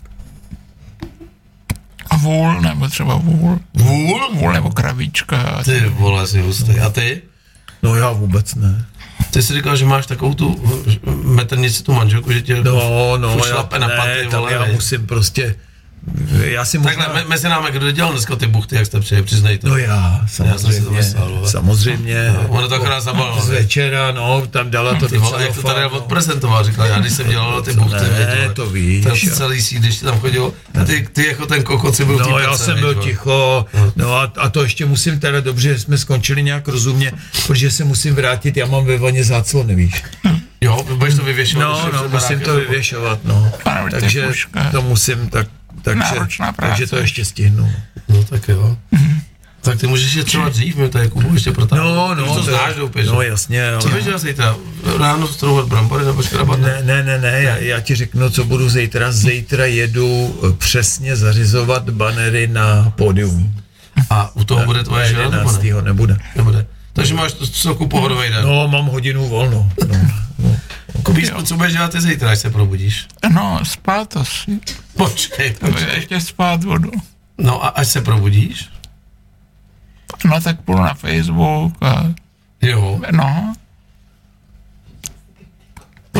Vůl, nebo třeba vůl. Vůl? Vůl nebo kravíčka. Ty vole, jsi hustý. A ty? No já vůbec ne. Ty jsi říkal, že máš takovou tu metrnici, tu manželku, že tě No, no, furt já, šlape na paty, ne, tam vole, já veď. musím prostě, já si možná... Takhle, me, mezi námi, kdo dělal dneska ty buchty, jak jste přijeli, přiznejte. No já, jsem si to samozřejmě, myslel, vole. samozřejmě. No, ono to akorát zabalilo, Z ne? večera, no, tam dala to Ty vole, jak to tady odprezentoval, říkal, já když jsem dělal ty buchty, Ne, věď, vole, to víš, ten jo. celý sídliště tam chodil, a ty, ty jako ten kokot si byl v té No, já pece, jsem věď, byl vole. ticho, no a, a to ještě musím teda dobře, že jsme skončili nějak rozumně, protože se musím vrátit, já mám ve vaně záclony, víš. Jo, budeš to vyvěšovat. No, když no, se musím barákem, to nebo- vyvěšovat, no. Ano, to je Takže puška. to musím, tak, takže, Náročná práce. takže to ještě stihnu. No, tak jo. Tak ty můžeš jít třeba dřív, mě tady Kubu ještě protáhnout. No, Ty už no, to to- znáš doupě, že? No jasně, ale... Co bys dělal zítra? Ráno strouhat brambory nebo škrabat? Ne, ne, ne, ne, já, já ti řeknu, co budu zítra. Zítra jedu eh, přesně zařizovat banery na pódium. A u toho bude tvoje žena, nebo ne? jedenáctého nebude. Nebude. Takže máš to celku pohodový den. No, mám hodinu volno. No, no. Kubíš, co budeš dělat ty zítra, až se probudíš? No, spát asi. Počkej, počkej. Ještě spát budu. No a až se probudíš? No tak půjdu na Facebook a Jo. no,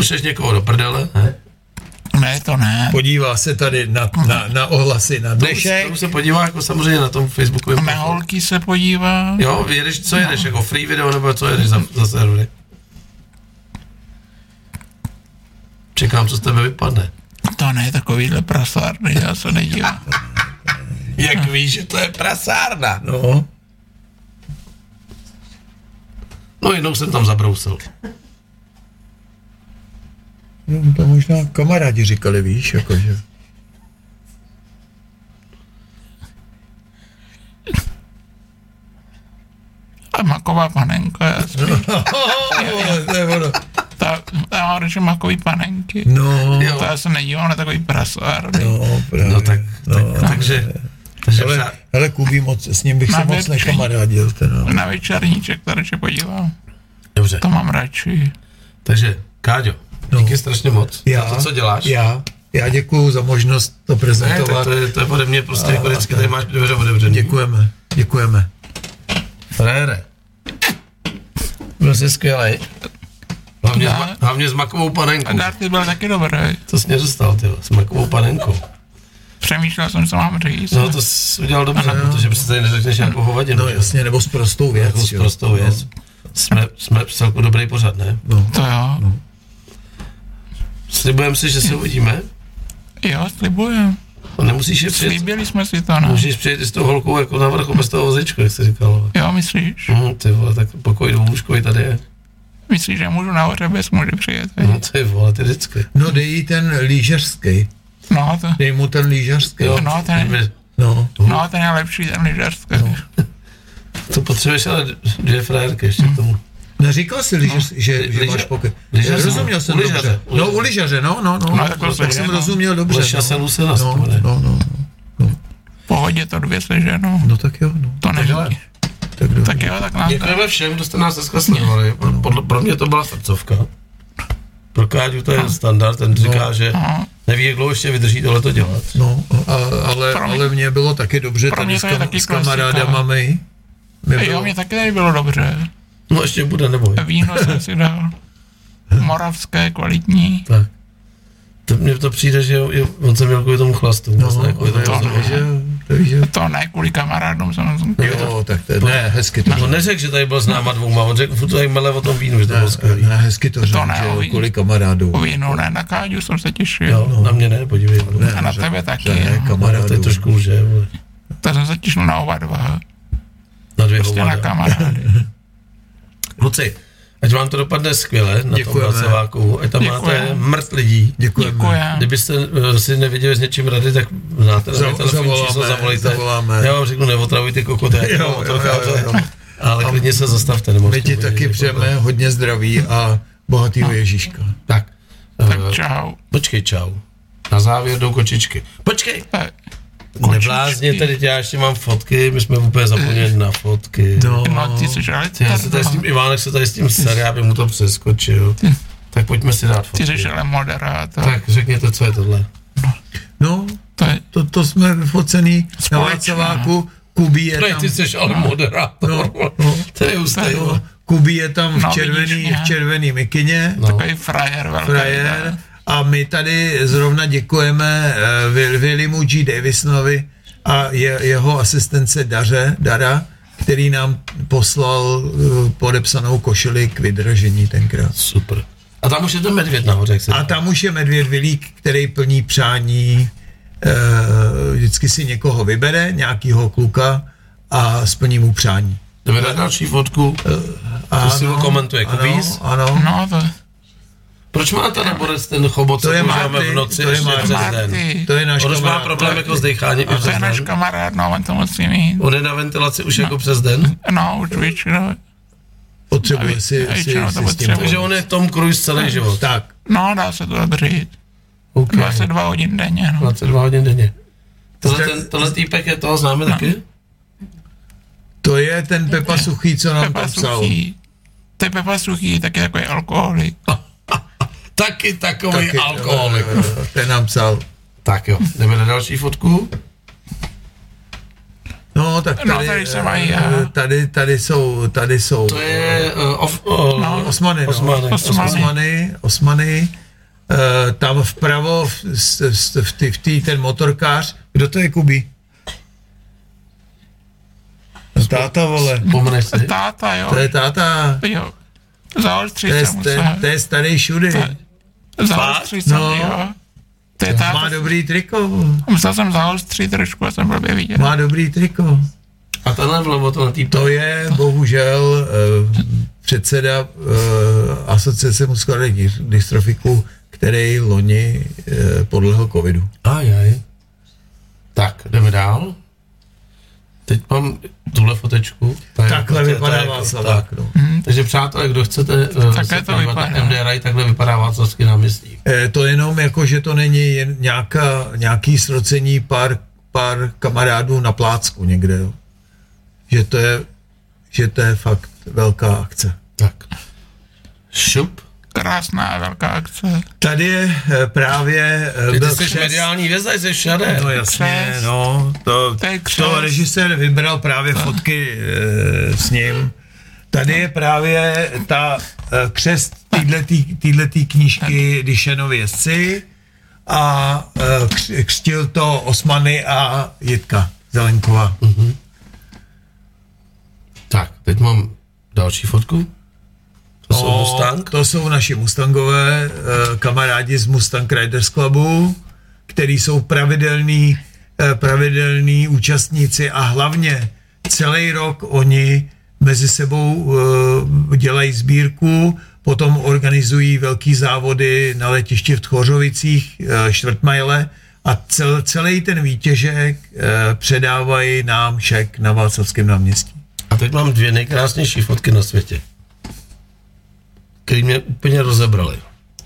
Pošleš někoho do prdele, ne? Ne, to ne. Podívá se tady na, na, na ohlasy na dnešek. To se podívá jako samozřejmě na tom Facebookovém. Na holky se podívá. Jo, jedeš, co jedeš, no. Jako free video, nebo co jedeš za, za servery? Čekám, co z tebe vypadne. To ne, takovýhle prasárny, já se nedívám. Jak víš, že to je prasárna? No. No jednou jsem tam zabrousil. No, to možná kamarádi říkali, víš, jakože. A maková panenka, jasný. No, to je ono. Ta, ta má radši makový panenky. No. To já se nedívám na takový prasárny. No, právě. No tak, no, tak takže... takže ale, přá... ale Kubí moc, s ním bych Na se moc večer. nekamarádil. Teda. Na večerníček to radši podívám. Dobře, To mám radši. takže Káďo, No. díky strašně moc Já, za to, co děláš. Já, já děkuju za možnost to Ne, tak prezentovat. to je, to je ode mě prostě A, jako vždycky, tak. tady máš dveře otevřený. Děkujeme, děkujeme. Frére. Byl jsi skvělej. Hlavně, s, Já? ma- hlavně s makovou A panenkou. Darty byl taky dobrý. To jsi mě dostal, tyhle, s makovou panenkou. Přemýšlel jsem, co mám říct. No to jsi udělal dobře, protože si tady neřekneš nějakou hovadinu. No že? jasně, nebo s prostou věc. Jako s jo. prostou věc. Jsme, jsme celku dobrý pořad, ne? No, To jo. no. Slibujeme si, že se uvidíme. Jo, slibujem. No, nemusíš je přijet. Slíbili jsme si to, no. Můžeš přijet i s tou holkou jako na vrchu bez toho vozečku, jak jsi říkal. Jo, myslíš? Hm, ty vole, tak pokoj dvouúžkový tady je. Myslíš, že můžu nahoře bez muži přijet? No ty vole, ty vždycky. no dej jí ten lížařský. No, to, Dej mu ten lížařský. Jo, No, ten- kdyby- No. no, ten je lepší, ten lyžařský. No. To potřebuješ ale dvě frérky ještě k tomu. Neříkal jsi, lížař, že, že Lyža- máš pokoj. lyžař- Rozuměl jsem u lyžaře, dobře. u No, u lyžaře, no, no, no. No, tak to tak se jsem jde, no. rozuměl dobře. Leša se Lucena no, z toho, no, ne? no, no, no. V pohodě to dvě se ženou. No tak jo, no. To hele. nevidí. Tak, dobře. Tak jo, tak nám to. Děkujeme všem, kdo jste nás dneska sledovali. Podle, pro mě to byla srdcovka. Pro Káďu to je standard, ten říká, že No. neví, jak dlouho ještě vydrží tohleto dělat. No, a, ale, Pro mě- ale mně bylo taky dobře pro tady mě s, to je kam, taky s kamarádama klasika. my. My Jo, bylo, mě taky tady bylo dobře. No ještě bude, neboj. Víno jsem si dal. Moravské, kvalitní. Tak. To, mně to přijde, že jo, jo, on se měl kvůli tomu chlastu. no, vlastně, kvůli tomu to, chlastu. to, že, to, že, To ne, kvůli kamarádům jsem. jo, tak to je, ne, hezky to On neřekl, že tady byl s náma dvouma, on řekl, furt tady mele o tom vínu, že to bylo ne, skvělý. ne, hezky to řekl, ne, že jo, o vínu. kvůli kamarádů. O vínu ne, na Káďu jsem se těšil. Jo, na mě ne, podívej. Ne, A na že- tebe taky, že Ne, jo. To kamarádů. je trošku lže, vole. Tak jsem se těšil na oba dva. Na dvě Prostě na hovada. kamarády. Kluci, ať vám to dopadne skvěle na Děkujeme. tom Váceláku, ať tam Děkujeme. máte mrt lidí. Děkujeme. Děkuji. Kdybyste uh, si nevěděli s něčím rady, tak znáte na Zav- moje telefonní zavoláme, číslo, zavolejte. zavoláme. Já vám řeknu, neotravujte kokoty, jak Jo, to jo, otrocháře, jo, jo. ale klidně se zastavte. My ti taky přejeme hodně zdraví a bohatýho Ježíška. Tak, Tak uh, čau. počkej, čau. Na závěr jdou kočičky. Počkej! Tak, Neblázně, tady já ještě mám fotky, my jsme úplně zapomněli na fotky. No, no ty jsi ale Já se tady s tím, Ivánek se tady s tím ser, já bych mu to přeskočil. Tak pojďme si dát ty fotky. jsi ale moderátor. Tak řekněte, co je tohle. no To je, to, to jsme vyfocený na Společná. Václaváku. Kubí je Prej, tam. ty jsi ale moderátor. No, no. To je hustý. No, Kubí je tam v No, červený, vidíš mě. v červený mikině. No. takový frajer velký. Frajer. A my tady zrovna děkujeme uh, Williamu G. Davisonovi a je, jeho asistence Daře, Dara, který nám poslal uh, podepsanou košili k vydražení tenkrát. Super. A tam už je ten medvěd nahoře, jak se A tam už je medvěd Vilík, který plní přání, uh, vždycky si někoho vybere, nějakýho kluka a splní mu přání. jdeme na další fotku. To si ho komentuje Kubíz. Ano, ano. No to, Proč má ten naborec ten chobot, co To je používáme Marty, v noci to je ještě Marty. přes den? Marty. To je náš On už má kamarád. problém jako s decháním i To je přes náš den. kamarád, no, on to musí mít. On je na ventilaci už jako přes den. No, už většinou. Potřebuje si, A si, většinou to si s tím potřebuje. Takže on je Tom Cruise celý život. Tak, No, dá se to dobřít. Okay. dvacet dva hodin denně, no. dvacet dva hodin denně. Tohle, Zde- ten, tohle týpek je toho známe no. taky? to je ten Pepa Suchý, co nám Pepa tam psal. Suchý. To je Pepa Suchý, taky takový alkoholik. Taky takový Taky, alkoholik. jo, jo, ten nám psal. Tak jo, jdeme na další fotku. No, tak tady, No, tady se mají, eh, aha. tady, tady jsou, tady jsou To je uh, of, uh, No, Osmany, no. Osmany. Osmany. Osmany, Osmany. Uh, tam vpravo, v, v, v, v tý, ten motorkář, kdo to je, Kubi? Táta, vole. Vzpomeneš si? Táta, jo. To je táta. Jo. Zaostřit To je, se to je, musel. to je starý šudy. Zaostřit se, No. jo. To je táta. Má dobrý triko. Musel jsem zaostřit trošku a jsem blbě viděl. Má dobrý triko. A tenhle vlevo to na tý To je bohužel uh, předseda uh, asociace muskulárních dystrofiků, který loni uh, podlehl covidu. Ajaj. Tak, jdeme dál. Teď mám tuhle fotečku. To je- Takhle to je- vypadá to je- Václavák, tak. no. Takže přátelé, kdo chcete uh, Takhle se to podívat vypadá. na M D R I, takhle vypadá Václavský náměstí. Eh, to jenom jako, že to není jen nějaká, nějaký srocení pár, pár kamarádů na plácku někde, jo. Že to je, že to je fakt velká akce. Tak. Šup. Krásná velká akce. Tady je eh, právě eh, Ty byl jsi křest- mediální hvězda, jsi všade. No jasně, Křest. no, to, To je křest. to režisér vybral právě fotky e, s ním. Tady je právě ta e, křest týhletý knížky Dyšenovy jezdci a e, kř, křtil to Osmany a Jitka Zelenková. Mm-hmm. Tak, teď mám další fotku. To jsou No, Mustang. to jsou naši Mustangové, e, kamarádi z Mustang Riders Clubu, který jsou pravidelní, e, pravidelní účastníci a hlavně celý rok oni mezi sebou e, dělají sbírku, potom organizují velký závody na letišti v Tchořovicích, e, čtvrtmajle a cel, celý ten výtěžek e, předávají nám šek na Václavském náměstí. A teď mám dvě nejkrásnější fotky na světě, které mě úplně rozebrali.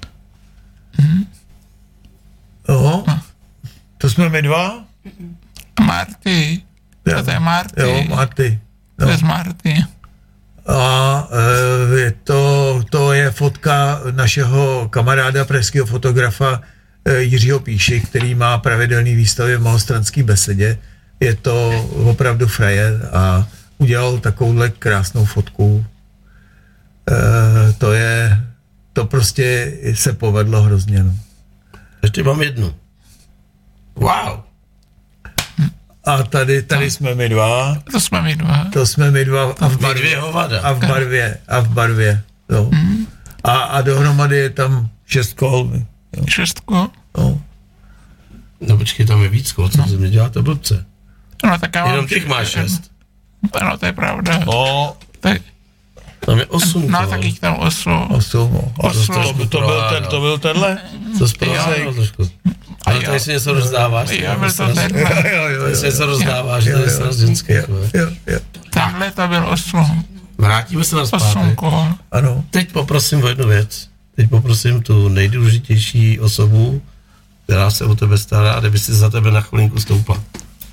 Jo, to jsme my dva? Marty. Jo. To je Marty. Jo, Marty. To No. je z Marty. A e, je to, to je fotka našeho kamaráda, pražského fotografa e, Jiřího Píši, který má pravidelný výstavy v Malostranské besedě. Je to opravdu frajer a udělal takovouhle krásnou fotku. E, to je, to prostě se povedlo hrozně. No. Ještě mám jednu. Wow. A tady, tady jsme my dva. To jsme my dva. To jsme my dva a v My barvě. dvě hovada. A v barvě. A v barvě. Jo. A, a dohromady je tam šest kol. Jo. Šestku. No. No počkej, tam je víc kol, co no. mě děláte blbce. No tak já mám... Jenom těch máš šest. Ano, to je pravda. No, Tak, Tam je osm no kol. tak jich tam osm. osm. no. A Osm. to, to, to, byl ten, to byl tenhle? To zprávě trošku. Ale jo. tady si něco rozdáváš. Jo, byl to ten. Jo, jo, jo. Tady si něco rozdáváš, Jo, to je jo. sraz ženských. Jo, jo, jo. Tamhle to byl osm. Vrátíme se na Osm zpátek. kol. Ano. Teď poprosím o jednu věc. Teď poprosím tu nejdůležitější osobu, která se o tebe stará, kdyby si za tebe na chvilinku stoupla.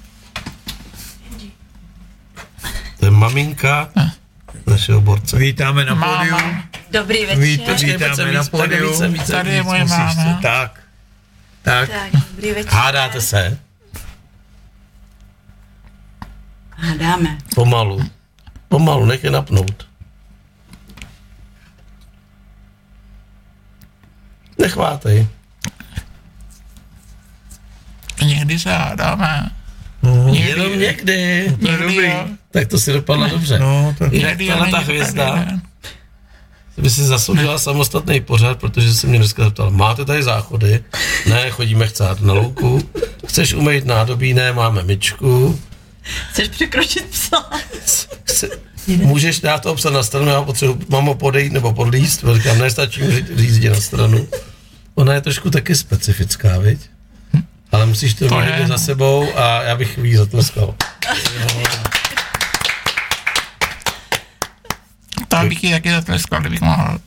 To je maminka našeho borce. Vítáme na pódiu. Máma. Dobrý večer. Vít, Počkej, pojď vítáme sem na víc, tady pódiu. více, více, Tady je víc. moje Musíš máma. se- Tak. Tak. Tak, dobrý večer. Hádáte se? Hádáme. Pomalu. Pomalu, nech je napnout. Nechvátej. Někdy se hádáme. No, Někdy, Jenom někdy. někdy jo. Tak to si dopadlo dobře. no, tak. Jak Někdy jo, tahle ta není hvězda každý den. by si zasloužila samostatný pořad, protože se mě dneska zeptal, máte tady záchody? Ne, chodíme chcát na louku. Chceš umýt nádobí? Ne, máme myčku. Chceš překročit psa? Chce, můžeš dát toho psa na stranu, já potřebuji, mám ho podejít nebo podlíst, říkám, nestačí mu říct jdi na stranu. Ona je trošku taky specifická, viď? Ale musíš to, To mít je, za no. sebou a já bych jí zatleskal. To bych ji taky zatleskal, kdybych mohl.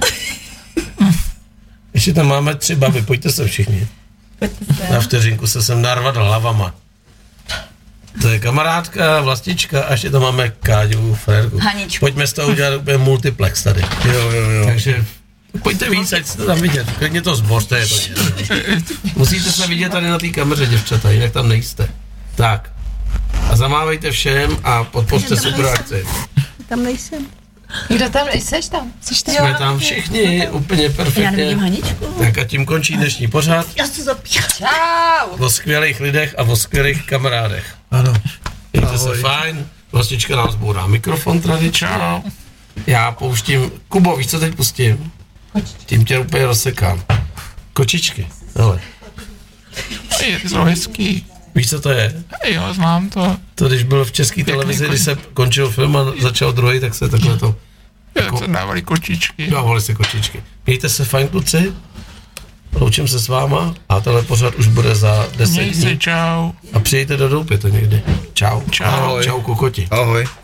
Ještě tam máme tři baby, pojďte se všichni. Pojďte se. Na vteřinku se sem narvat hlavama. To je kamarádka, vlastička a ještě tam máme Káďu, Frérku. Haničku. Pojďme z toho udělat úplně multiplex tady. Jo, jo, jo. Takže pojďte víc, ať jste tam vidět. Klidně to zbořte, je to jedno. Musíte se vidět tady na té kameře, děvčata, jinak tam nejste. Tak. A zamávejte všem a podpořte super akci. Tam nejsem. Kdo tam, jseš tam? Jseš tam? Jsme tam všichni úplně Já nevidím perfektně. Haničku. Tak a tím končí dnešní pořad. Já se zapiju. Čau! O skvělých lidech a o skvělých kamarádech. Ano. Mějte se Ahoj. fajn. Vlastička nám zbourá mikrofon tradičně. Čau. Já pouštím, Kubo, víš, co teď pustím? Tím tě úplně rozsekám. Kočičky, hele. Je to hezký. Víš, co to je? Jo, znám to. To, když byl v české televizi, když se končil film a začal druhý, tak se takhle to Jak se dávali kočičky. dávali se kočičky. Mějte se fajn, kluci. Loučím se s váma a tenhle pořad už bude za deset Měj se, dní. čau. A přijďte do Doupě to někdy. Čau. Čau. Ahoj. Čau, kokoti. Ahoj.